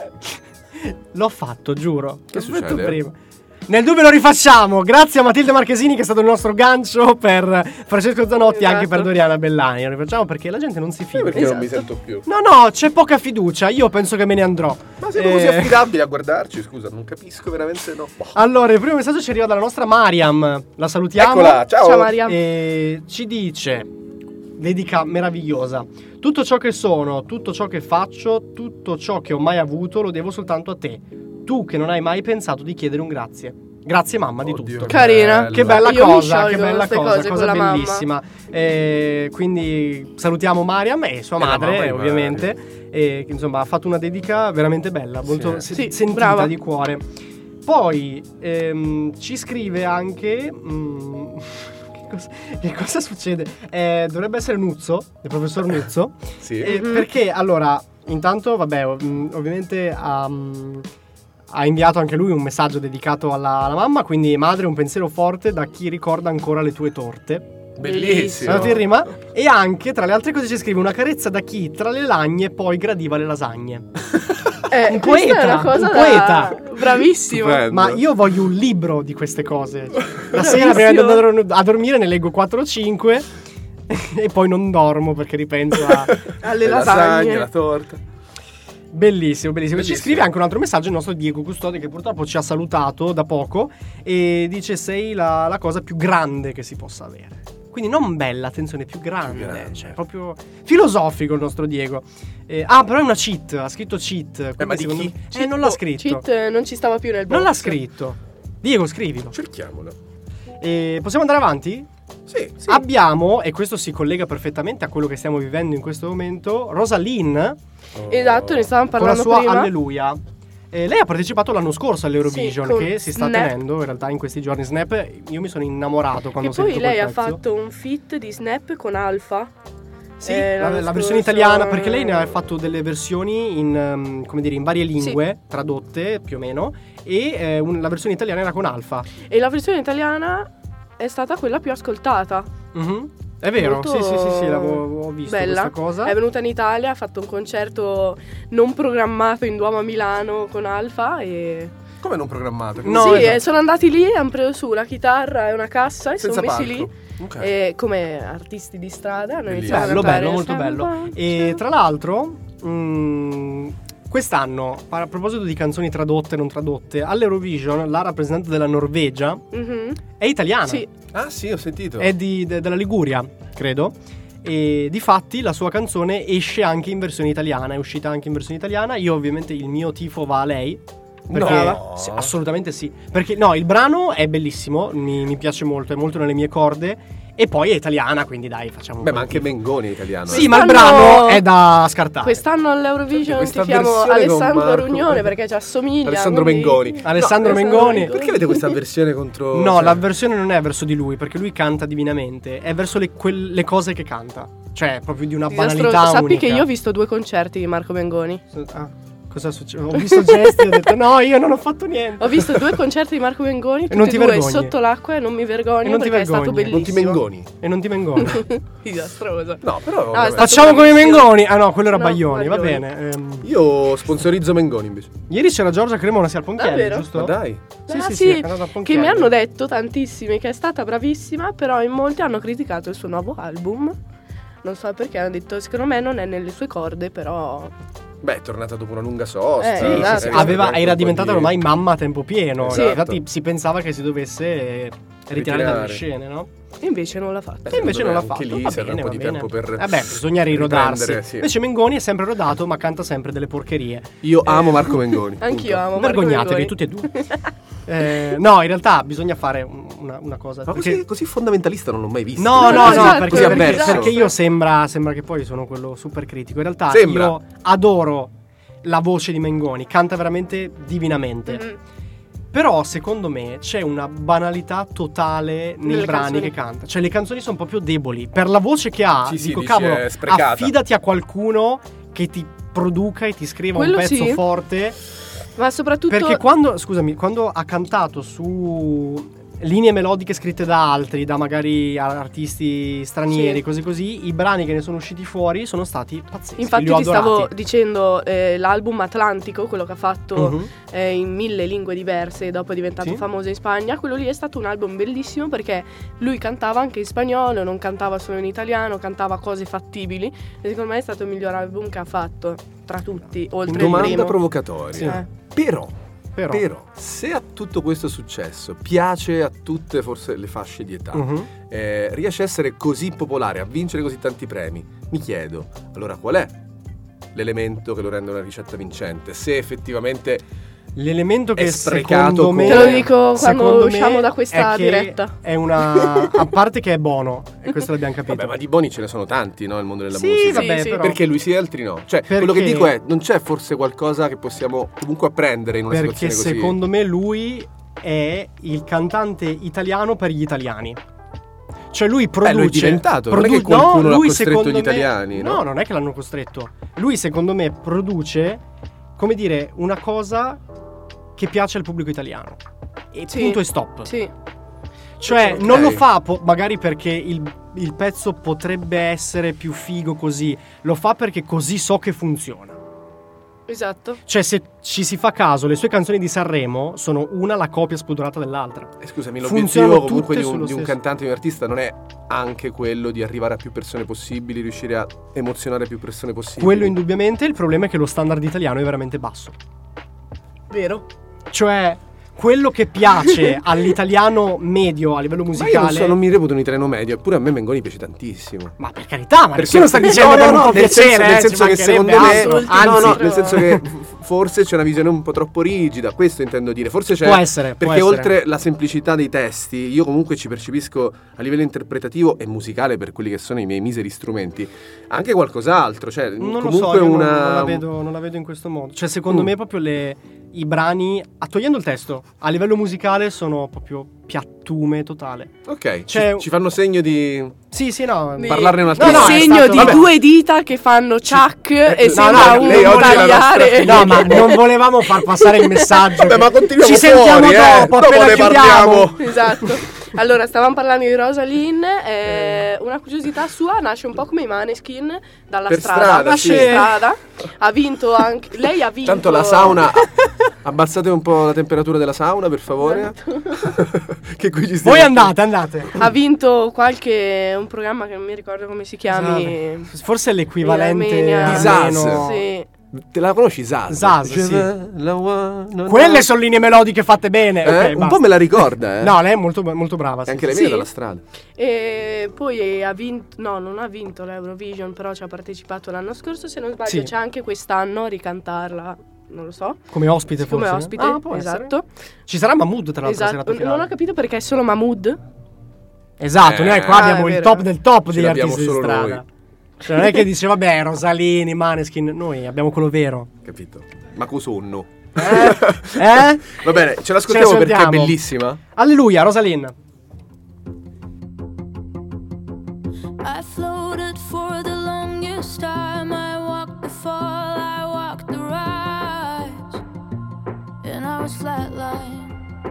L'ho fatto, giuro. Che L'ho fatto succede? prima. Nel dubbio lo rifacciamo. Grazie a Matilde Marchesini che è stato il nostro gancio per Francesco Zanotti e anche Esatto. per Doriana Bellani. Lo rifacciamo perché la gente non si fida. Perché non mi sento più. No, no, c'è poca fiducia. Io penso che me ne andrò. Ma siamo Eh, così affidabili a guardarci, scusa, non capisco veramente no. Boh. Allora, il primo messaggio ci arriva dalla nostra Mariam. La salutiamo. Eccola, ciao. Ciao Maria. E ci dice, dedica meravigliosa: tutto ciò che sono, tutto ciò che faccio, tutto ciò che ho mai avuto lo devo soltanto a te. Tu che non hai mai pensato di chiedere un grazie. Grazie mamma di Oddio, tutto. Carina. Che bella Io mi cosa, sciolgo che bella queste cosa, cose cosa con la mamma. bellissima. Eh, quindi salutiamo Mariam e sua E la madre, mamma di ovviamente. E che, insomma, ha fatto una dedica veramente bella, molto Sì. se- Sì, sentita brava. di cuore. Poi ehm, ci scrive anche. mm, che, cosa, che cosa succede? Eh, dovrebbe essere Nuzzo, il professor Nuzzo. Sì. Eh, Mhm. Perché allora, intanto, vabbè, ov- mm, ovviamente ha, mm, ha inviato anche lui un messaggio dedicato alla, alla mamma. Quindi, madre, un pensiero forte da chi ricorda ancora le tue torte. Bellissimo. Andato in rima. E anche, tra le altre cose, ci scrive una carezza da chi tra le lagne poi gradiva le lasagne. Eh, Un questa poeta, è una cosa un da- poeta. Bravissimo. Stupendo. Ma io voglio un libro di queste cose. La sera prima di andare a dormire ne leggo quattro o cinque e poi non dormo perché ripenso a... Alle Le lasagne. la torta. Bellissimo, bellissimo. Ci Bellissimo. scrive anche un altro messaggio il nostro Diego Custodi, che purtroppo ci ha salutato da poco e dice: sei la, la cosa più grande che si possa avere. Quindi non bella, attenzione, più grande, Più grande. cioè proprio filosofico il nostro Diego. Eh, ah, però è una cheat, ha scritto cheat. quindi ma di secondo chi? me- Eh, non l'ha scritto. Cheat eh, non ci stava più nel box. Non l'ha scritto. Diego, scrivilo. Cerchiamolo. E possiamo andare avanti? Sì. Abbiamo, e questo si collega perfettamente a quello che stiamo vivendo in questo momento, Rosalind Esatto, ne stavamo con la parlando sua prima. Alleluia. Eh, lei ha partecipato l'anno scorso all'Eurovision, Sì, con che si sta Snap. tenendo in realtà in questi giorni. Snap, io mi sono innamorato quando E ho poi sentito lei quel ha pezzo. fatto un feat di Snap con Alfa. Sì, eh, la, l'anno la versione scorso. italiana, perché lei ne ha fatto delle versioni in, um, come dire, in varie lingue, tradotte più o meno, e eh, un- la versione italiana era con Alfa. E la versione italiana è stata quella più ascoltata. Mhm. È vero, Molto sì, sì, sì, sì, l'avevo ho visto bella. questa cosa. È venuta in Italia, ha fatto un concerto non programmato in Duomo a Milano con Alfa e... Come non programmato? No, sì, esatto. eh, sono andati lì, hanno preso su una chitarra e una cassa e sono Senza messi palco. lì Ok. e come artisti di strada hanno Bellissimo. iniziato a Bello, cantare bello, molto Sempre bello. qua, E tra l'altro, mm, quest'anno, a proposito di canzoni tradotte e non tradotte, all'Eurovision la rappresentante della Norvegia Mhm. è italiana. Sì, Ah, sì, ho sentito. È di- de- della Liguria, credo. E difatti la sua canzone esce anche in versione italiana, è uscita anche in versione italiana. Io ovviamente il mio tifo va a lei. Perché, No. sì, assolutamente sì. Perché no, il brano è bellissimo, mi, mi piace molto, è molto nelle mie corde. E poi è italiana, quindi dai, facciamo un Beh, po' ma di anche tifo. Mengoni è italiano. Sì, eh. ma il Quest'anno- brano è da scartare. quest'anno all'Eurovision Questa tifiamo versione con Alessandro Marco- Rugnone perché ci assomiglia. Alessandro quindi- Mengoni. Alessandro No, Mengoni. Perché avete questa versione contro... No, cioè- la versione non è verso di lui, perché lui canta divinamente, è verso le, quelle cose che canta. Cioè, proprio di una Disastroso. banalità Sappi unica. che io ho visto due concerti di Marco Mengoni. Ah, cosa succede? Ho visto gesti e ho detto no, io non ho fatto niente. Ho visto due concerti di Marco Mengoni, tutti non ti e due vergogni. sotto l'acqua e non mi vergogno E non ti perché è stato vergogni. bellissimo. Non ti Mengoni. E non ti mengoni. Disastroso. No, però... No, vabbè. è stato Facciamo come i bravissimo. Mengoni. Ah no, quello era No, Baglioni, va Baglioni. bene. Ehm, Io sponsorizzo Mengoni invece. ieri c'era Giorgia Cremona sia al Ponchielli, Davvero? giusto? Ma dai. Sì, Ah, sì, sì, sì, è andata al che Ponchielli. mi hanno detto tantissimi che è stata bravissima, però in molti hanno criticato il suo nuovo album. Non so perché, hanno detto secondo me non è nelle sue corde, però... Beh, è tornata dopo una lunga sosta. Eh, Sì, si sì, esatto. sì. è vista Aveva, anche era un po' diventata di- ormai mamma a tempo pieno. Sì. Infatti si pensava che si dovesse eh, ritirare dalle Ritirare. scene, no? E invece non l'ha fatto. E invece non l'ha Anche fatto. lì Va serve bene, un po' va di bene. tempo per Vabbè, bisogna rirodarsi. riprendere, sì. Invece Mengoni è sempre rodato, ma canta sempre delle porcherie. Io amo Marco Mengoni. Anch'io punto. amo Marco Vergognatevi Mengoni. tutti e due. Eh, no, in realtà bisogna fare un- una, una cosa. Ma perché- così, così fondamentalista non l'ho mai visto. No, no, no, Esatto, perché, così perché, avverso. perché io sembra, sembra che poi sono quello super critico. In realtà Sembra. io adoro la voce di Mengoni, canta veramente divinamente. Mm. Però secondo me c'è una banalità totale nei Nelle brani canzoni. che canta. Cioè le canzoni sono proprio deboli. Per la voce che ha, Sì, sì, dico dici, cavolo, è sprecata. affidati a qualcuno che ti produca e ti scriva Quello un pezzo sì. forte. Ma soprattutto Perché quando, scusami, quando ha cantato su linee melodiche scritte da altri, da magari artisti stranieri, Sì. così così, i brani che ne sono usciti fuori sono stati pazzeschi. infatti li ho ti stavo adorati. dicendo uh, l'album Atlantico, quello che ha fatto Mhm. eh, in mille lingue diverse e dopo è diventato Sì. famoso in Spagna. Quello lì è stato un album bellissimo perché lui cantava anche in spagnolo, non cantava solo in italiano, cantava cose fattibili e secondo me è stato il miglior album che ha fatto tra tutti, oltre il Domanda primo. provocatoria. Sì. Eh. Però, Però, però, se a tutto questo successo piace a tutte forse le fasce di età, Mhm. eh, riesce a essere così popolare, a vincere così tanti premi, mi chiedo, allora qual è l'elemento che lo rende una ricetta vincente? Se effettivamente l'elemento che è sprecato secondo me, come- Te lo dico quando secondo me usciamo da questa è che diretta. È una a parte che è buono, e questo l'abbiamo capito. vabbè, ma di buoni ce ne sono tanti, no, nel mondo della sì, musica. vabbè, sì. però Perché lui sì e altri no? Cioè, quello che Perché- dico è, non c'è forse qualcosa che possiamo comunque apprendere in una perché situazione così? secondo me lui è il cantante italiano per gli italiani. Cioè lui produce. lui è diventato, non è produ- che qualcuno no, l'ha lui costretto secondo gli me- italiani, no? No, non è che l'hanno costretto. Lui secondo me produce, come dire, una cosa che piace al pubblico italiano. E Sì. punto e stop. Sì. Cioè Ok. non lo fa po- magari perché il, il pezzo potrebbe essere più figo così. Lo fa perché così so che funziona. Esatto. Cioè se ci si fa caso, le sue canzoni di Sanremo sono una la copia spudorata dell'altra. Eh, scusami, Funzionano l'obiettivo comunque tutte di un, sullo di un stesso. cantante, di un artista non è anche quello di arrivare a più persone possibili, riuscire a emozionare più persone possibili. Quello indubbiamente, il problema è che lo standard italiano è veramente basso. Vero. Cioè quello che piace all'italiano medio a livello Ma io musicale. non, so, non mi reputo un italiano medio, eppure a me Mengoni piace tantissimo. Ma per carità, ma Perché nessuno sta dicendo no, che no, non no, può nel piacere, senso, eh, nel ci senso che mancherebbe secondo me altro. Anzi, no, no, altro. nel senso che f- forse c'è una visione un po' troppo rigida, questo intendo dire. Forse c'è Può essere, può perché essere. oltre la semplicità dei testi, io comunque ci percepisco a livello interpretativo e musicale per quelli che sono i miei miseri strumenti, anche qualcos'altro, cioè Non lo comunque so, io non- una non, la vedo, non la vedo in questo modo. Cioè, secondo Mm. me, proprio le, i brani, a- togliendo il testo, a livello musicale sono proprio piattume totale. Ok, C'è- ci, ci fanno segno di Sì, sì, no. Di- parlarne un altro il No, no, è segno stato- di vabbè. due dita che fanno ciac e no, sembra no, un lei oggi è la nostra tagliare. figlia. No, ma non volevamo far passare il messaggio. Vabbè, che- ma continuiamo Ci sentiamo fuori, eh. dopo, Dopo appena ne chiudiamo. parliamo. Esatto. Allora, stavamo parlando di Rosalind. eh, una curiosità sua, nasce un po' come i Maneskin dalla Per strada. strada, Nasce sì. in strada. Ha vinto anche. Lei ha vinto. Tanto la sauna abbassate un po' la temperatura della sauna, per favore. Che qui ci stiamo Voi andate, andate. Ha vinto qualche. Un programma che non mi ricordo come si chiami. Forse è l'equivalente in Armenia. Di Zaz. almeno- Sì. Te la conosci Zaz? Zaz, Je sì. veux la wa- no, no. Quelle sono linee melodiche fatte bene. Eh? ok, Un basta. po' me la ricorda, eh. No, lei è molto, molto brava. E sì, anche lei sì. viene Sì. dalla strada. E poi ha vinto. No, non ha vinto l'Eurovision, però ci ha partecipato l'anno scorso. Se non sbaglio, Sì. c'è anche quest'anno a ricantarla. Non lo so. Come ospite, Come forse. ospite, Ah, può essere. esatto. Ci sarà Mahmood tra l'altro Esatto. serata finale. Non ho capito perché è solo Mahmood. Esatto, Eh, noi qua ah, abbiamo è il vero. top del top Ce degli l'abbiamo artisti di solo strada. noi. Cioè, non è che dice, vabbè, Rosalini, Maneskin, noi abbiamo quello vero. Capito? Ma cosonno. Eh? Eh? Va bene, ce l'ascoltiamo Ce la perché è sentiamo. bellissima. Alleluia, Rosalin. I floated for the longest time. I walked the fall, I walked the rise, and I was flatline.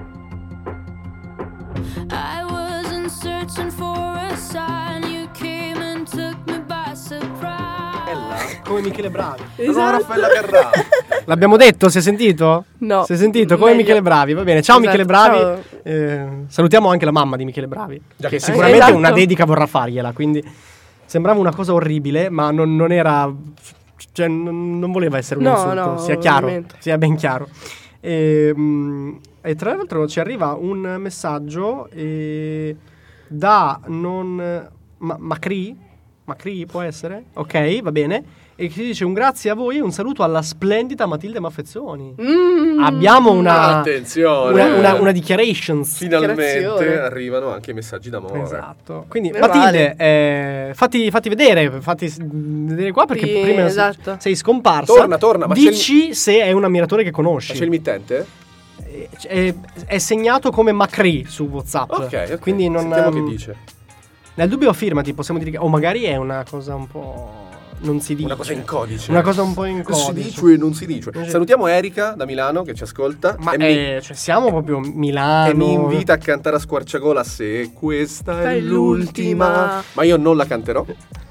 I wasn't searching for a sign. You came and took me by surprise. Come Michele Bravi. Sono Raffaella Carrà. L'abbiamo detto, si è sentito? No. Si è sentito? Come Meglio. Michele Bravi, va bene. Ciao Esatto, Michele Bravi. ciao. Eh, salutiamo anche la mamma di Michele Bravi, Già che che- sicuramente esatto. una dedica vorrà fargliela, quindi sembrava una cosa orribile, ma non, non era, cioè non, non voleva essere un No, insulto, no, sia chiaro, ovviamente. sia ben chiaro. E, mm, e tra l'altro ci arriva un messaggio eh, da non ma, Macri, Macri può essere? Ok, va bene. e che dice un grazie a voi e un saluto alla splendida Matilde Maffezzoni. Mm. Abbiamo una Attenzione. una, una, una declarations. Finalmente arrivano anche i messaggi d'amore. Esatto. Quindi Meno Matilde, eh, fatti, fatti vedere, fatti s- vedere qua perché Sì, prima esatto. sei, sei scomparsa. Torna, torna, ma Dici se è un ammiratore che conosci. Ma c'è il mittente? Eh, È, è segnato come Macri su WhatsApp. Ok, ok. Quindi non Sentiamo ehm, che dice. Nel dubbio firmati, possiamo dire che o magari è una cosa un po' non si dice. Una cosa in codice. Una cosa un po' in Non si codice. dice, non si dice. Non si- Salutiamo Erika da Milano che ci ascolta. Ma e, mi, eh, cioè, siamo proprio Milano. e mi invita a cantare a squarciagola se questa è È l'ultima. l'ultima. Ma io non la canterò.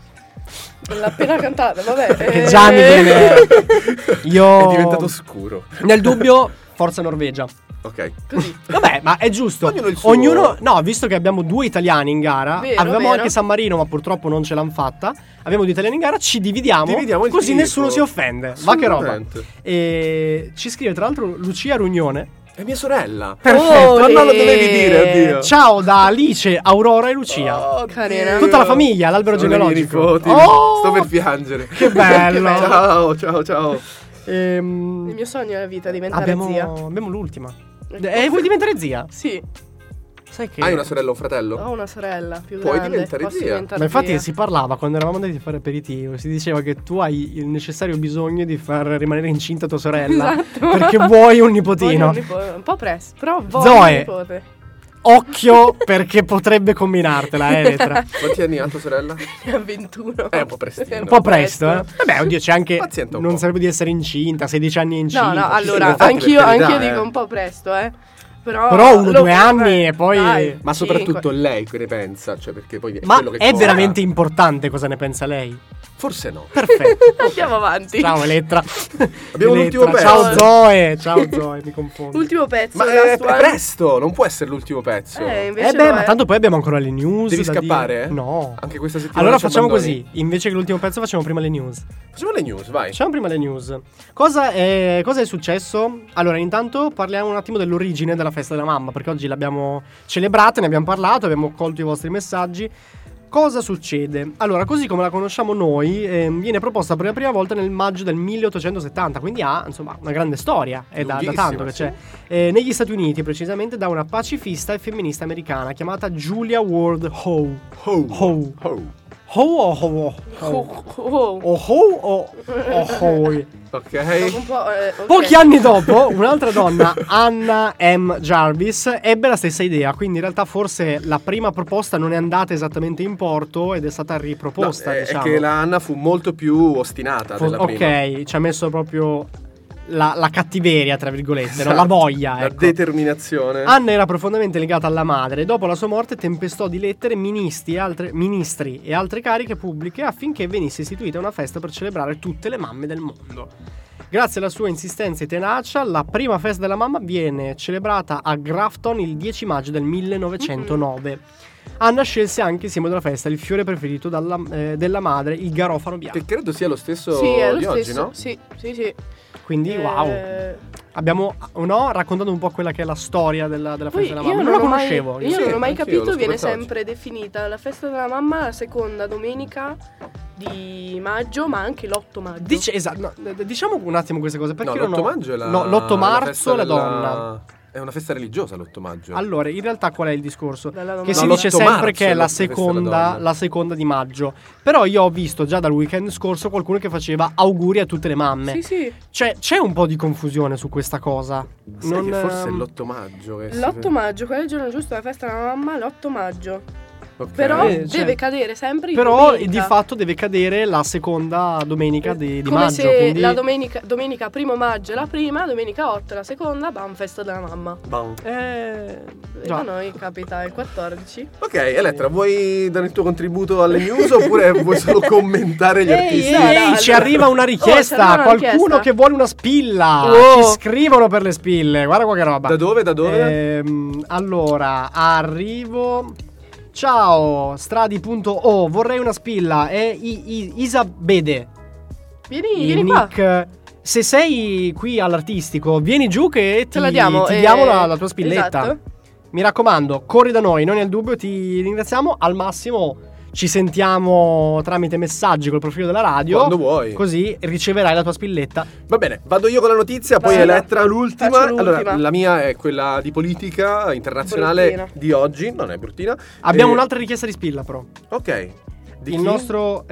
L'ha appena cantata, vabbè. Che eh. già mi viene. Io È diventato scuro. Nel dubbio, forza Norvegia. Ok. Così. Vabbè, ma è giusto. Ognuno il suo. Ognuno, no, visto che abbiamo due italiani in gara, Vero, avevamo vero. anche San Marino, ma purtroppo non ce l'hanno fatta. Abbiamo due italiani in gara, ci dividiamo, Dividiamo il così tifo. nessuno si offende. Ma che roba. Assolutamente. E ci scrive tra l'altro Lucia Rugnone. È mia sorella. Perfetto. Ma non lo dovevi dire, oddio. Ciao da Alice, Aurora e Lucia. Oh, Carina. Tutta la famiglia, l'albero Sono i miei genealogico. nipoti. Oh! Sto per piangere. Che bello. Ciao, ciao, ciao. Ehm, Il mio sogno è la vita, diventare abbiamo, zia. abbiamo l'ultima. E vuoi diventare zia? Sì, Sai che Hai una sorella o un fratello? ho una sorella più Puoi grande. diventare posso zia. diventare Ma infatti zia. si parlava quando eravamo andati a fare aperitivo, si diceva che tu hai il necessario bisogno di far rimanere incinta tua sorella Esatto. perché vuoi un Voglio nipotino. un nipote, un po' presto, però voglio Zoe. un nipote. Occhio perché potrebbe combinartela, eh, Elettra. Quanti anni ha tua sorella? Ne ha ventuno. È un po' prestino. Un po' presto, eh. Vabbè, oddio, c'è anche Pazienta un non po'. sarebbe di essere incinta, sedici anni incinta. No, no, ci allora, infatti, anch'io, per carità, anch'io eh. dico un po' presto, eh. Però, Però uno, lo- due anni e poi- Dai, Ma soprattutto cinque. lei che ne pensa? Cioè, perché poi Ma quello che è conta. veramente importante cosa ne pensa lei? Forse no. Perfetto. Andiamo avanti. Ciao Elettra. Abbiamo Elettra. l'ultimo pezzo. Ciao Zoe. Ciao Zoe, mi confondo. Ultimo pezzo. Ma last è one. presto, non può essere l'ultimo pezzo. Eh, invece Eh beh, lo ma è. tanto poi abbiamo ancora le news. Devi da scappare, dire. eh? No. Anche questa settimana Allora ci facciamo abbandoni. così. Invece che l'ultimo pezzo facciamo prima le news. Facciamo le news, vai. Facciamo prima le news. Cosa è, cosa è successo? Allora, intanto parliamo un attimo dell'origine della festa della mamma, perché oggi l'abbiamo celebrata, ne abbiamo parlato, abbiamo colto i vostri messaggi. Cosa succede? Allora, così come la conosciamo noi, eh, viene proposta per la prima volta nel maggio del milleottocentosettanta, quindi ha, insomma, una grande storia. È da, da Lunghissima, tanto che sì. c'è. Eh, negli Stati Uniti, precisamente, da una pacifista e femminista americana chiamata Julia Ward Howe. Ho. Howe. Ho. Howe o Howe? Oh, oh, oh. O Howe o o Howe? Ok. Un po', eh, ok. Pochi anni dopo, un'altra donna, Anna M. Jarvis, ebbe la stessa idea. Quindi in realtà forse la prima proposta non è andata esattamente in porto ed è stata No, riproposta, è, diciamo. è che la Anna fu molto più ostinata Fo- della prima. ok, ci ha messo proprio la, la cattiveria, tra virgolette, no? Esatto. La voglia, La ecco. determinazione. Anna era profondamente legata alla madre e dopo la sua morte tempestò di lettere ministri e, altre, ministri e altre cariche pubbliche affinché venisse istituita una festa per celebrare tutte le mamme del mondo. Grazie alla sua insistenza e tenacia, la prima festa della mamma viene celebrata a Grafton il dieci maggio del millenovecentonove. Anna scelse anche il simbolo della festa, il fiore preferito dalla- eh, della madre, il garofano bianco. Che credo sia lo stesso Sì, è lo di stesso. oggi, no? Sì, sì, sì. Quindi, Eh, wow. Abbiamo, no, raccontando un po' quella che è la storia della, della Poi festa io della mamma. non, Non la ho mai, conoscevo. io Sì, non ho mai anch'io, capito, l'ho viene scoperto sempre definita la festa della mamma la seconda domenica di maggio, ma anche l'otto maggio. Dice, esatto, no, d- diciamo un attimo queste cose. Perché No, io non l'otto ho- maggio è la No, l'otto la marzo festa è la della- donna. È una festa religiosa l'otto maggio. Allora, in realtà qual è il discorso? Dalla Che domanda. si No, dice l'otto sempre marzo che è è la la festa della seconda, donna. la seconda di maggio. Però io ho visto già dal weekend scorso qualcuno che faceva auguri a tutte le mamme. Sì, sì. Cioè, c'è un po' di confusione su questa cosa. Sai Non, che forse è ehm, l'otto maggio. che si- L'otto maggio, qual è il giorno giusto della festa della mamma? L'otto maggio. Ok. Però Eh, cioè- deve cadere sempre in Però domenica. di fatto deve cadere la seconda domenica di, di Come maggio. se Quindi la domenica, domenica primo maggio è la prima, domenica otto è la seconda, bam, festa della mamma. Bam. eh, A già. noi capita il quattordici. Ok, Elettra, vuoi dare il tuo contributo alle news oppure vuoi solo commentare gli Ehi, artisti? ehi, ehi, Allora- ci arriva una Oh, richiesta. ci arriva una Qualcuno richiesta. che vuole una spilla. Oh. Ci scrivono per le spille. Guarda qua che roba. Da dove? Da dove? Ehm, allora, arrivo. Ciao, stradi.o. Vorrei una spilla. È I- I- Isabede. Vieni, Il vieni qua. nick. Se sei qui all'artistico, vieni giù che ti, Te la diamo. ti eh, diamo la, la tua spilletta. Esatto. Mi raccomando, corri da noi, non nel dubbio, ti ringraziamo. Al massimo ci sentiamo tramite messaggi col profilo della radio. Quando vuoi. Così riceverai la tua spilletta. Va bene, vado io con la notizia, poi Vai, Elettra l'ultima. faccio l'ultima. Allora, la mia è quella di politica internazionale Bruttina. di oggi, non è bruttina. Abbiamo Eh, un'altra richiesta di spilla, però. Ok. Di Il chi? nostro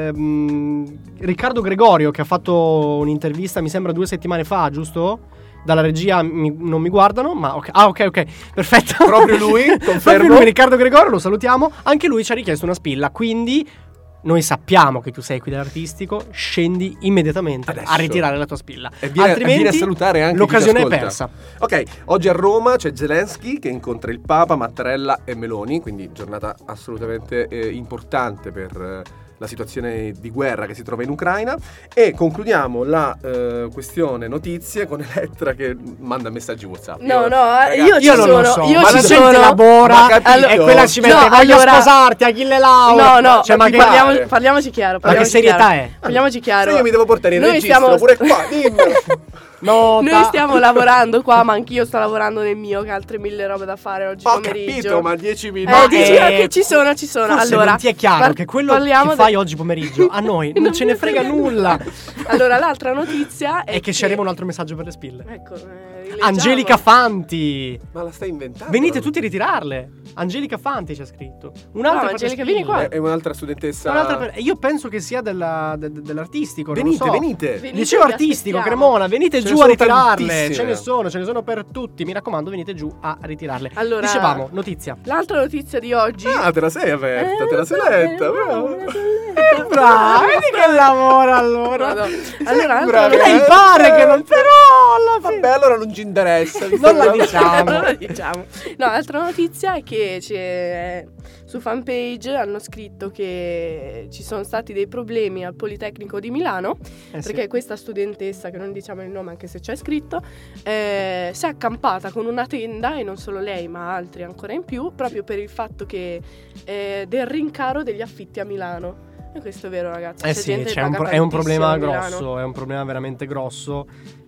ehm, Riccardo Gregorio, che ha fatto un'intervista, mi sembra due settimane fa, giusto? Dalla regia mi- non mi guardano, ma ok. Ah, ok, ok, perfetto. Proprio lui, confermo. Proprio lui, Riccardo Gregorio, lo salutiamo. Anche lui ci ha richiesto una spilla, quindi noi sappiamo che tu sei qui dall'artistico, scendi immediatamente Adesso. a ritirare la tua spilla. E viene, Altrimenti viene a salutare anche l'occasione chi ci è ascolta. persa. Ok, oggi a Roma c'è Zelensky che incontra il Papa, Mattarella e Meloni, quindi giornata assolutamente eh, importante per eh, la situazione di guerra che si trova in Ucraina. E concludiamo la eh, questione notizie con Elettra che manda messaggi WhatsApp. No, Io- no, eh, ragazzi, io ci Io non sono, lo so, io ma ci la gente sono. lavora Ma capito. e quella ci mette No, voglio allora- sposarti, Achille Lauro. No, no, cioè, ma che parliamo, parliamoci chiaro. Ma che parliamoci serietà chiaro. è? Parliamoci chiaro. Se io mi devo portare il Noi registro stiamo- pure qua, dimmelo. Nota. Noi stiamo lavorando qua, ma anch'io sto lavorando nel mio, che ha altre mille robe da fare oggi Ho pomeriggio. capito, ma dieci Eh, minuti. dici eh, che ci sono, ci sono. Forse allora, non ti è chiaro par- che quello parliamo che fai de- oggi pomeriggio a noi non, Non ce ne mi frega frega nulla. Allora, l'altra notizia è E che ci arriva un altro messaggio per le spille. Ecco, eh, rileggiamo. Angelica Fanti. Ma la stai inventando? Venite tutti a ritirarle. Angelica Fanti c'è scritto. Un'altra No, per le Angelica, spille. vieni qua. È è un'altra studentessa. Un'altra per- Io penso che sia della- de- de- dell'artistico. non lo Venite, so. venite. Venite, Liceo vi artistico, aspettiamo. Cremona, venite Ce ne giù a sono ritirarle. tantissime. Ce ne sono, ce ne sono per tutti. Mi raccomando, venite giù a ritirarle. Allora- Dicevamo, notizia. L'altra notizia di oggi. Ah, te la sei aperta, Eh, te la sei va bene, letta. no, bravo. me la sono letta. Brava, vedi che lavora allora. Vado. Allora, l'altra Bravi. Che lei notizia- pare che non. Però alla fine. Vabbè, allora non ci interessa. Non la diciamo. Non lo diciamo. No, l'altra notizia è che c'è, su fanpage hanno scritto che ci sono stati dei problemi al Politecnico di Milano, Eh sì. perché questa studentessa, che non diciamo il nome anche se c'è scritto, eh, si è accampata con una tenda, e non solo lei ma altri ancora in più, proprio per il fatto che eh, del rincaro degli affitti a Milano. E questo è vero, ragazzi. Eh c'è sì, gente che c'è un paga pro- è un tantissimo problema a Milano. grosso, è un problema veramente grosso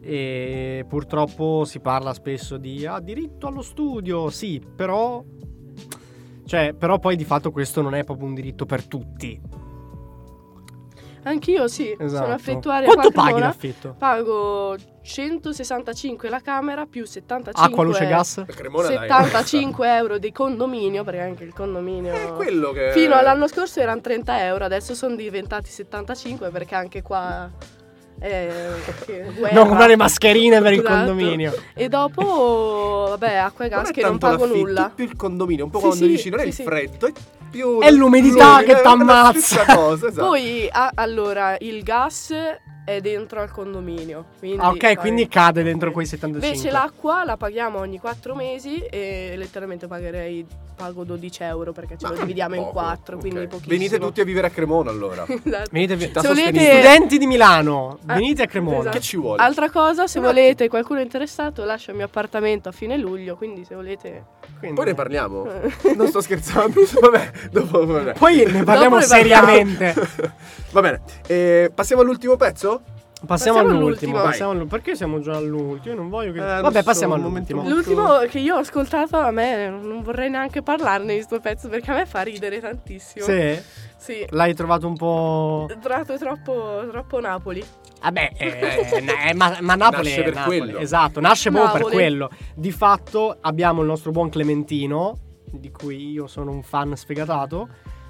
e purtroppo si parla spesso di ah, diritto allo studio, sì, però cioè, però poi di fatto questo non è proprio un diritto per tutti. Anch'io sì, Esatto. sono affittuaria Quanto qua a paghi Cremona. l'affitto? Pago centosessantacinque la camera più settantacinque Acqua, luce, gas? Cremona, dai, settantacinque euro di condominio, perché anche il condominio È quello che fino all'anno scorso erano trenta euro, adesso sono diventati settantacinque, perché anche qua è che guerra. Non comprare mascherine per il Esatto. condominio. E dopo vabbè, acqua e gas che non pago l'affitto, nulla. è più il condominio, un po' Sì, quando sì, dici non è sì, il sì. freddo, è più È l'umidità che è la t'ammazza. stessa cosa, esatto. Poi ah, allora il gas è dentro al condominio, quindi Ah, ok, paghi- quindi cade dentro quei settantacinque. Invece l'acqua la paghiamo ogni quattro mesi e letteralmente pagherei, pago dodici euro perché ce lo Ma dividiamo in poco, quattro, ok. quindi pochissimo. Venite tutti a vivere a Cremona allora. Esatto. Venite, Città Se volete- sostenibile. studenti di Milano, Ah, venite a Cremona. esatto. Che ci vuole? Altra cosa, se Un volete, qualcuno è interessato, lascio il mio appartamento a fine luglio, quindi se volete... Quindi- Poi ne parliamo. Eh. Non sto scherzando. Vabbè, dopo vabbè. Poi ne parliamo Dopo ne seriamente. Va bene. Eh, passiamo all'ultimo pezzo? Passiamo, Passiamo all'ultimo. all'ultimo. Passiamo all'ultimo. Perché siamo già all'ultimo? Io non voglio che. Eh, lo Vabbè, so, passiamo un all'ultimo. momento L'ultimo che io ho ascoltato, a me non vorrei neanche parlarne di sto pezzo perché a me fa ridere tantissimo. Sì. Sì. L'hai trovato un po'. Tratto troppo, troppo Napoli. Vabbè, eh, na- eh, ma, ma Napoli Nasce è per Napoli. quello. Esatto, nasce proprio per Napoli. quello. Di fatto abbiamo il nostro buon Clementino, di cui io sono un fan sfegatato.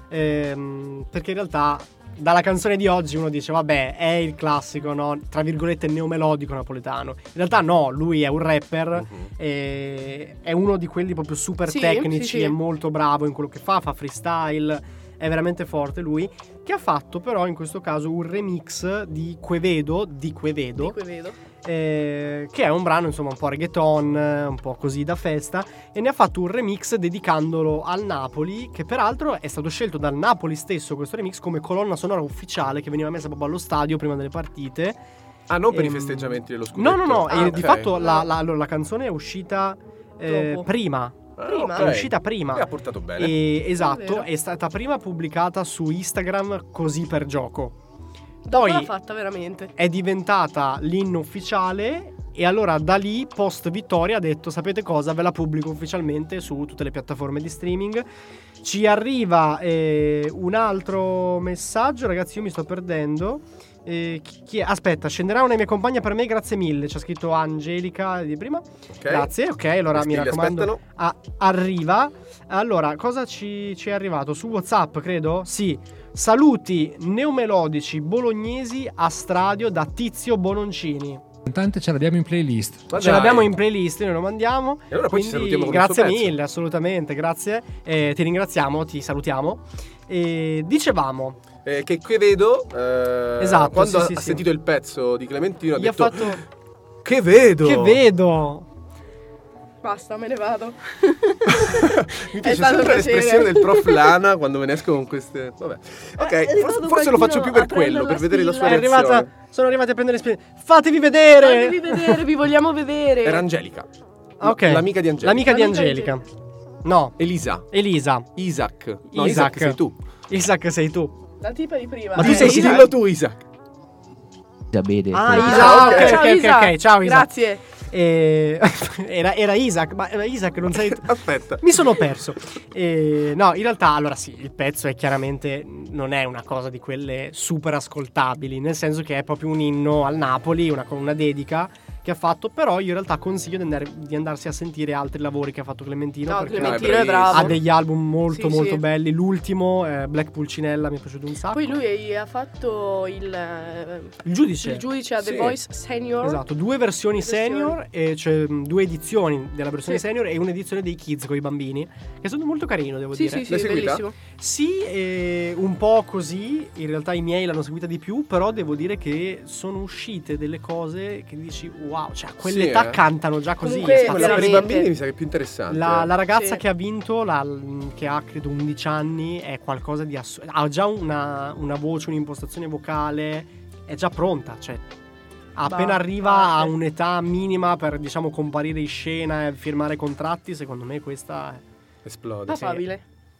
ehm, perché in realtà dalla canzone di oggi uno dice vabbè è il classico, no? Tra virgolette neomelodico napoletano. In realtà no, lui è un rapper, Mhm. e è uno di quelli proprio super Sì, tecnici, sì, sì. è molto bravo in quello che fa, fa freestyle, è veramente forte lui, che ha fatto però in questo caso un remix di Quevedo, di Quevedo, Di cui vedo. eh, che è un brano insomma un po' reggaeton, eh, un po' così da festa, e ne ha fatto un remix dedicandolo al Napoli, che peraltro è stato scelto dal Napoli stesso questo remix come colonna sonora ufficiale che veniva messa proprio allo stadio prima delle partite. Ah, non per Ehm, i festeggiamenti dello scudetto. No, no, no, Ah, e ok. di fatto la, la- allora, la canzone è uscita eh, Dopo. prima, Ah, prima? ok. è uscita prima. E ha portato bene. E, esatto, vero. è stata prima pubblicata su Instagram così per gioco. Dopo Poi l'ha fatta veramente. è diventata l'inno ufficiale E allora da lì, post vittoria, ha detto: sapete cosa, ve la pubblico ufficialmente su tutte le piattaforme di streaming. Ci arriva eh, un altro messaggio, ragazzi, io mi sto perdendo. Eh, chi, chi è? Aspetta, scenderà una mia compagna per me, grazie mille. C'ha scritto Angelica di prima. Okay. Grazie, ok, allora Questi mi raccomando. Ah, arriva. Allora, cosa ci, ci è arrivato? Su WhatsApp, credo? Sì. Saluti neomelodici bolognesi a Stradio da Tizio Bononcini. Intanto ce l'abbiamo in playlist. Ma Ce dai. l'abbiamo in playlist, noi lo mandiamo. E allora poi ci quindi salutiamo con grazie il suo pezzo. mille, assolutamente, grazie. Eh, ti ringraziamo, ti salutiamo. E dicevamo, Eh, che qui vedo eh, Esatto, quando sì, ha, sì, ha sì. sentito il pezzo di Clementino ha gli ha detto fatto che vedo che vedo. Basta, me ne vado. mi È piace stato sempre un l'espressione piacere. del prof Lana quando me ne esco con queste vabbè ok Eh, è forse, arrivato forse lo faccio qualcuno più per a prendere quello la per vedere la sua spilla. È reazione. arrivata, sono arrivati a prendere spie- Fatevi vedere. Fatevi vedere, vi vogliamo vedere. Era Angelica. Ah, ok. L'amica di Angelica. L'amica di L'amica di Angelica. No, Elisa. Elisa. Isaac. No, Isaac, Isaac. sei tu. Isaac sei tu. La tipa di prima. Ma tu Dillo- sei Isaac? dillo tu Isaac. Da bene. Ah, Eh, Isaac. Ciao, ok, ciao, ok, ok, Isa. ok, ciao, Isa. Grazie. E... era, era Isaac, ma era Isaac, non sei tu. Aspetta. Mi sono perso. E... No, in realtà, allora sì, il pezzo è chiaramente non è una cosa di quelle super ascoltabili, nel senso che è proprio un inno al Napoli, una, una dedica che ha fatto, però io in realtà consiglio di, andare, di andarsi a sentire altri lavori che ha fatto Clementino, No, perché Clementino No, è è bravo. ha degli album molto Sì, molto sì. belli. L'ultimo, eh, Black Pulcinella, mi è piaciuto un sacco. Poi lui ha fatto il, eh, il giudice. il giudice a The Sì. Voice Senior. Esatto, due versioni Due versioni. senior, e cioè mh, due edizioni della versione Sì. senior e un'edizione dei kids con i bambini, che è stato molto carino, devo Sì, dire. sì, sì, L'hai seguita? bellissimo. Sì, eh, un po' così, in realtà i miei l'hanno seguita di più, però devo dire che sono uscite delle cose che dici wow, cioè a quell'età Sì, eh. cantano già così. Comunque, spaziali. Quella per i veramente. bambini mi sa che è più interessante. La, la ragazza Sì. che ha vinto, la- che ha credo undici anni, è qualcosa di assurdo. Ha già una, una voce, un'impostazione vocale, è già pronta. Cioè, appena Bah, arriva parte. a un'età minima per, diciamo, comparire in scena e firmare contratti, secondo me questa è. Esplode. Papabile.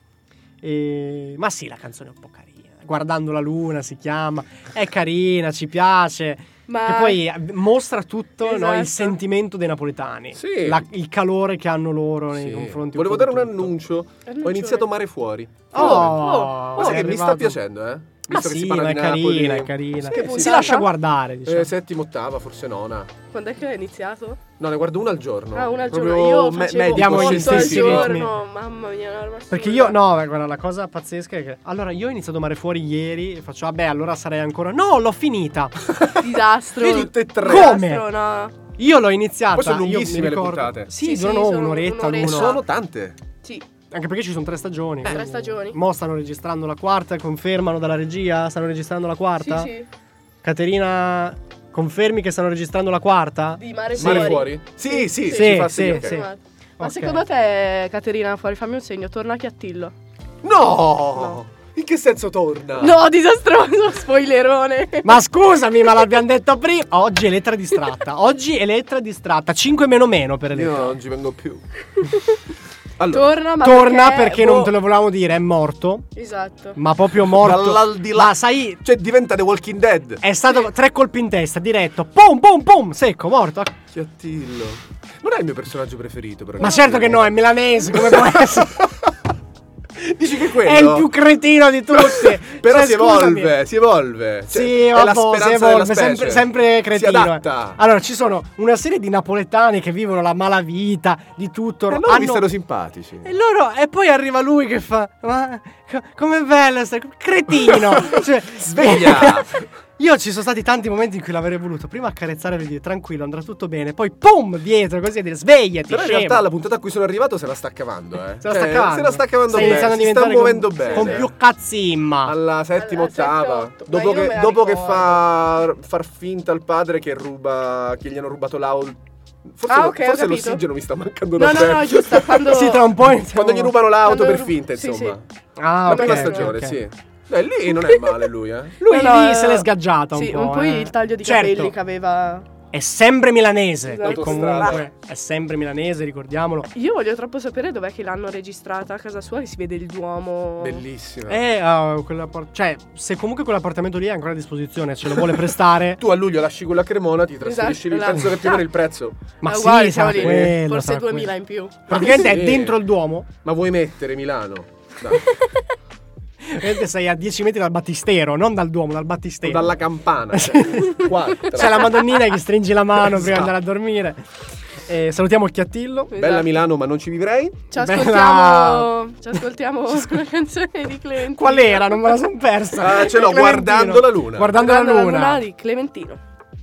E... Ma sì, la canzone è un po' carina. Guardando la luna si chiama, è carina, ci piace. Ma Che poi mostra tutto, no, Esatto. il sentimento dei napoletani, Sì. La- il calore che hanno loro nei Sì. confronti. Volevo un po' dare un di tutto. annuncio. Annuncio, Ho iniziato eh. Mare Fuori. Oh, Oh, Ma sai è che mi sta arrivato. piacendo, eh? Ma Visto che sì, si parla ma è di Napoli. carina, è carina. Sì, Che sì. Si puntata? lascia guardare, diciamo. Eh, settima, ottava, forse nona. Quando è che è iniziato? No, ne guardo una al giorno. Ah, una al Proprio giorno. Io me- facevo medico, Diamo gli otto al stessi scientifico. ritmi. giorno. Mamma mia, una roba Perché assurda. io, no, guarda, la cosa pazzesca è che allora io ho iniziato a Mare Fuori ieri e faccio, vabbè, allora sarei ancora. No, l'ho finita. Disastro. Vedi tutte e tre. Come? Disastro, no. Io l'ho iniziata. Poi sono io mi lunghissime le ricordo- puntate. Sì, Sì, sì, durano sono un'oretta, un'oretta. E l'uno. sono tante. Sì, Anche perché ci sono tre stagioni. tre stagioni. Mo stanno registrando la quarta, confermano dalla regia, stanno registrando la quarta. Sì, sì. Caterina, confermi che stanno registrando la quarta? Di Mare Sì. Fuori. Mare Fuori? Sì, sì, Sì, ci fa sì, segno, ok. sì. Ma Ok. secondo te, Caterina Fuori, fammi un segno, torna Chiattillo? No! No. In che senso torna? No, disastroso, spoilerone. Ma scusami, ma l'abbiamo detto prima. Oggi Elettra distratta. Oggi Elettra distratta. cinque meno meno per Io Elettra. non ci vengo più. Allora, Torna, ma Torna perché, non boh, te lo volevamo dire, è morto. Esatto. Ma proprio morto. dall'aldilà. Ma sai, Cioè diventa The Walking Dead. è stato tre colpi in testa, diretto. Pum, pum, pum, secco, morto. Chiattillo. Non è il mio personaggio preferito, però. Ma certo che no, è milanese, come può essere? Dici che quello È il più cretino di tutti. Però Cioè, si scusami. evolve, si evolve. Cioè, Sì, è la vabbè, si speranza evolve, della specie. sempre, sempre cretino. Si adatta. eh. Allora, ci sono una serie di napoletani che vivono la malavita, di tutto. E loro mi hanno- stanno simpatici. E loro, e poi arriva lui che fa, ma co- com'è bella sta cretino. Cioè, Sveglia. Io ci sono stati tanti momenti in cui l'avrei voluto prima accarezzare e dire tranquillo, andrà tutto bene, poi pum, dietro così e dire svegliati, Però in scemo. realtà la puntata a cui sono arrivato se la sta cavando, eh. Se la Cioè, sta cavando. Se la sta cavando Sta bene. iniziando a Si sta diventare muovendo con, bene. con più cazzimma. Alla settima, Alla sette, ottava. otto. Ma Dopo io che, me la dopo che ricordo. fa far finta al padre che ruba. Che gli hanno rubato l'auto. Forse, Ah, lo- ok, ho forse capito. l'ossigeno mi sta mancando No, davvero. no, no, giusto, quando... Sì, tra un po' iniziamo- Quando gli rubano l'auto Quando per ru- finta, sì, insomma. Ah, La ok, prima ok, stagione, ok. sì. Beh, lì non è male lui, eh. Lui No, no, lì se l'è sgaggiata un sì, po'. un po' eh. il taglio di Certo. capelli che aveva... è sempre milanese. Esatto. Comunque è sempre milanese, ricordiamolo. Io voglio troppo sapere dov'è che l'hanno registrata a casa sua, che si vede il Duomo. Bellissima. Eh, uh, quell'appart- cioè, se comunque quell'appartamento lì è ancora a disposizione, ce lo vuole prestare. Tu a luglio lasci quella Cremona, ti trasferisci Esatto, lì, penso che più o meno il prezzo. Ma È sì, uguale, sarà siamo lì. quello, Forse sarà duemila quello. in più. Praticamente Sì. è dentro il Duomo. Ma vuoi mettere Milano? Dai. Praticamente sei a dieci metri dal Battistero, non dal Duomo, dal O Battistero. dalla campana. Cioè, qua, tra- C'è la Madonnina che stringi la mano prima di Esatto. andare a dormire. Eh, salutiamo il Chiattillo. Bella Milano, ma non ci vivrei. Ci Bella- ascoltiamo, ci ascoltiamo una canzone di Clementino. Qual era? Non me la son persa. Ah, ce l'ho, Clementino. Guardando la luna. Guardando, Guardando la la luna. luna di Clementino.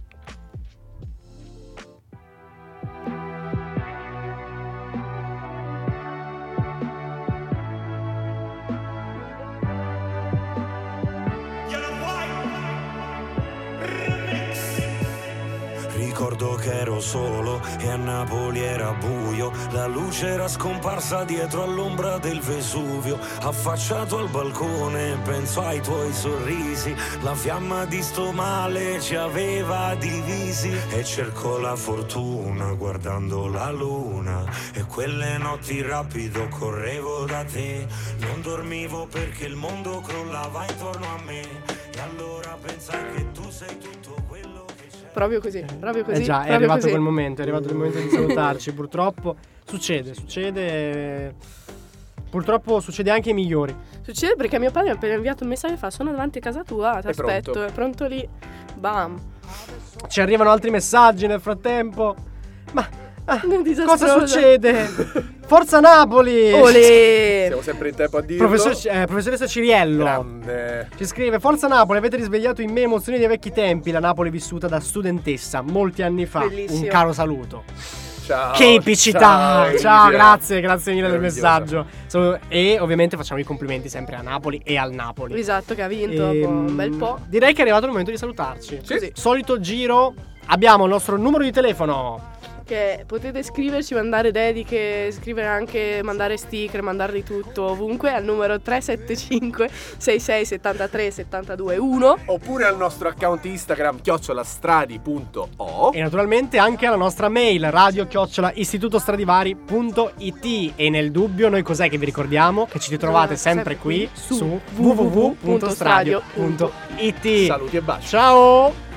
Ricordo che ero solo e a Napoli era buio, la luce era scomparsa dietro all'ombra del Vesuvio, affacciato al balcone penso ai tuoi sorrisi, la fiamma di sto male ci aveva divisi e cerco la fortuna guardando la luna e quelle notti rapido correvo da te, non dormivo perché il mondo crollava intorno a me e allora pensai che tu sei tutto quello che c'è. Proprio così, proprio così. Eh già, è proprio arrivato così. quel momento, è arrivato il momento di salutarci. Purtroppo succede, succede. Purtroppo succede anche ai migliori. Succede perché mio padre mi ha appena inviato un messaggio e fa: sono davanti a casa tua, ti È aspetto, pronto. è pronto lì. Bam. Ci arrivano altri messaggi nel frattempo. Ma ah, Disastroso. cosa succede? Forza Napoli! Olè. Siamo sempre in tempo a dirlo. Professor, eh, professoressa Ciriello Grande. ci scrive: Forza Napoli, avete risvegliato in me emozioni dei vecchi tempi. La Napoli vissuta da studentessa molti anni fa. Bellissimo. Un caro saluto. Ciao. Che epicità! Ciao, Ciao, Emilia. grazie, grazie mille del Meravigliosa. messaggio. So- e ovviamente facciamo i complimenti sempre a Napoli e al Napoli. Esatto, che ha vinto Ehm, dopo un bel po'. Direi che è arrivato il momento di salutarci. Sì. Così. Solito giro. Abbiamo il nostro numero di telefono. Che potete scriverci, mandare dediche, scrivere anche, mandare sticker, mandare di tutto ovunque al numero tre sette cinque sei sei sette tre sette due uno. Oppure al nostro account Instagram chiocciolastradi punto o. E naturalmente anche alla nostra mail radio chiocciola istitutostradivari punto it. E nel dubbio noi cos'è che vi ricordiamo? Che ci ritrovate Ah, sempre sempre qui qui su su w w w punto stradio punto it. Saluti e baci. Ciao!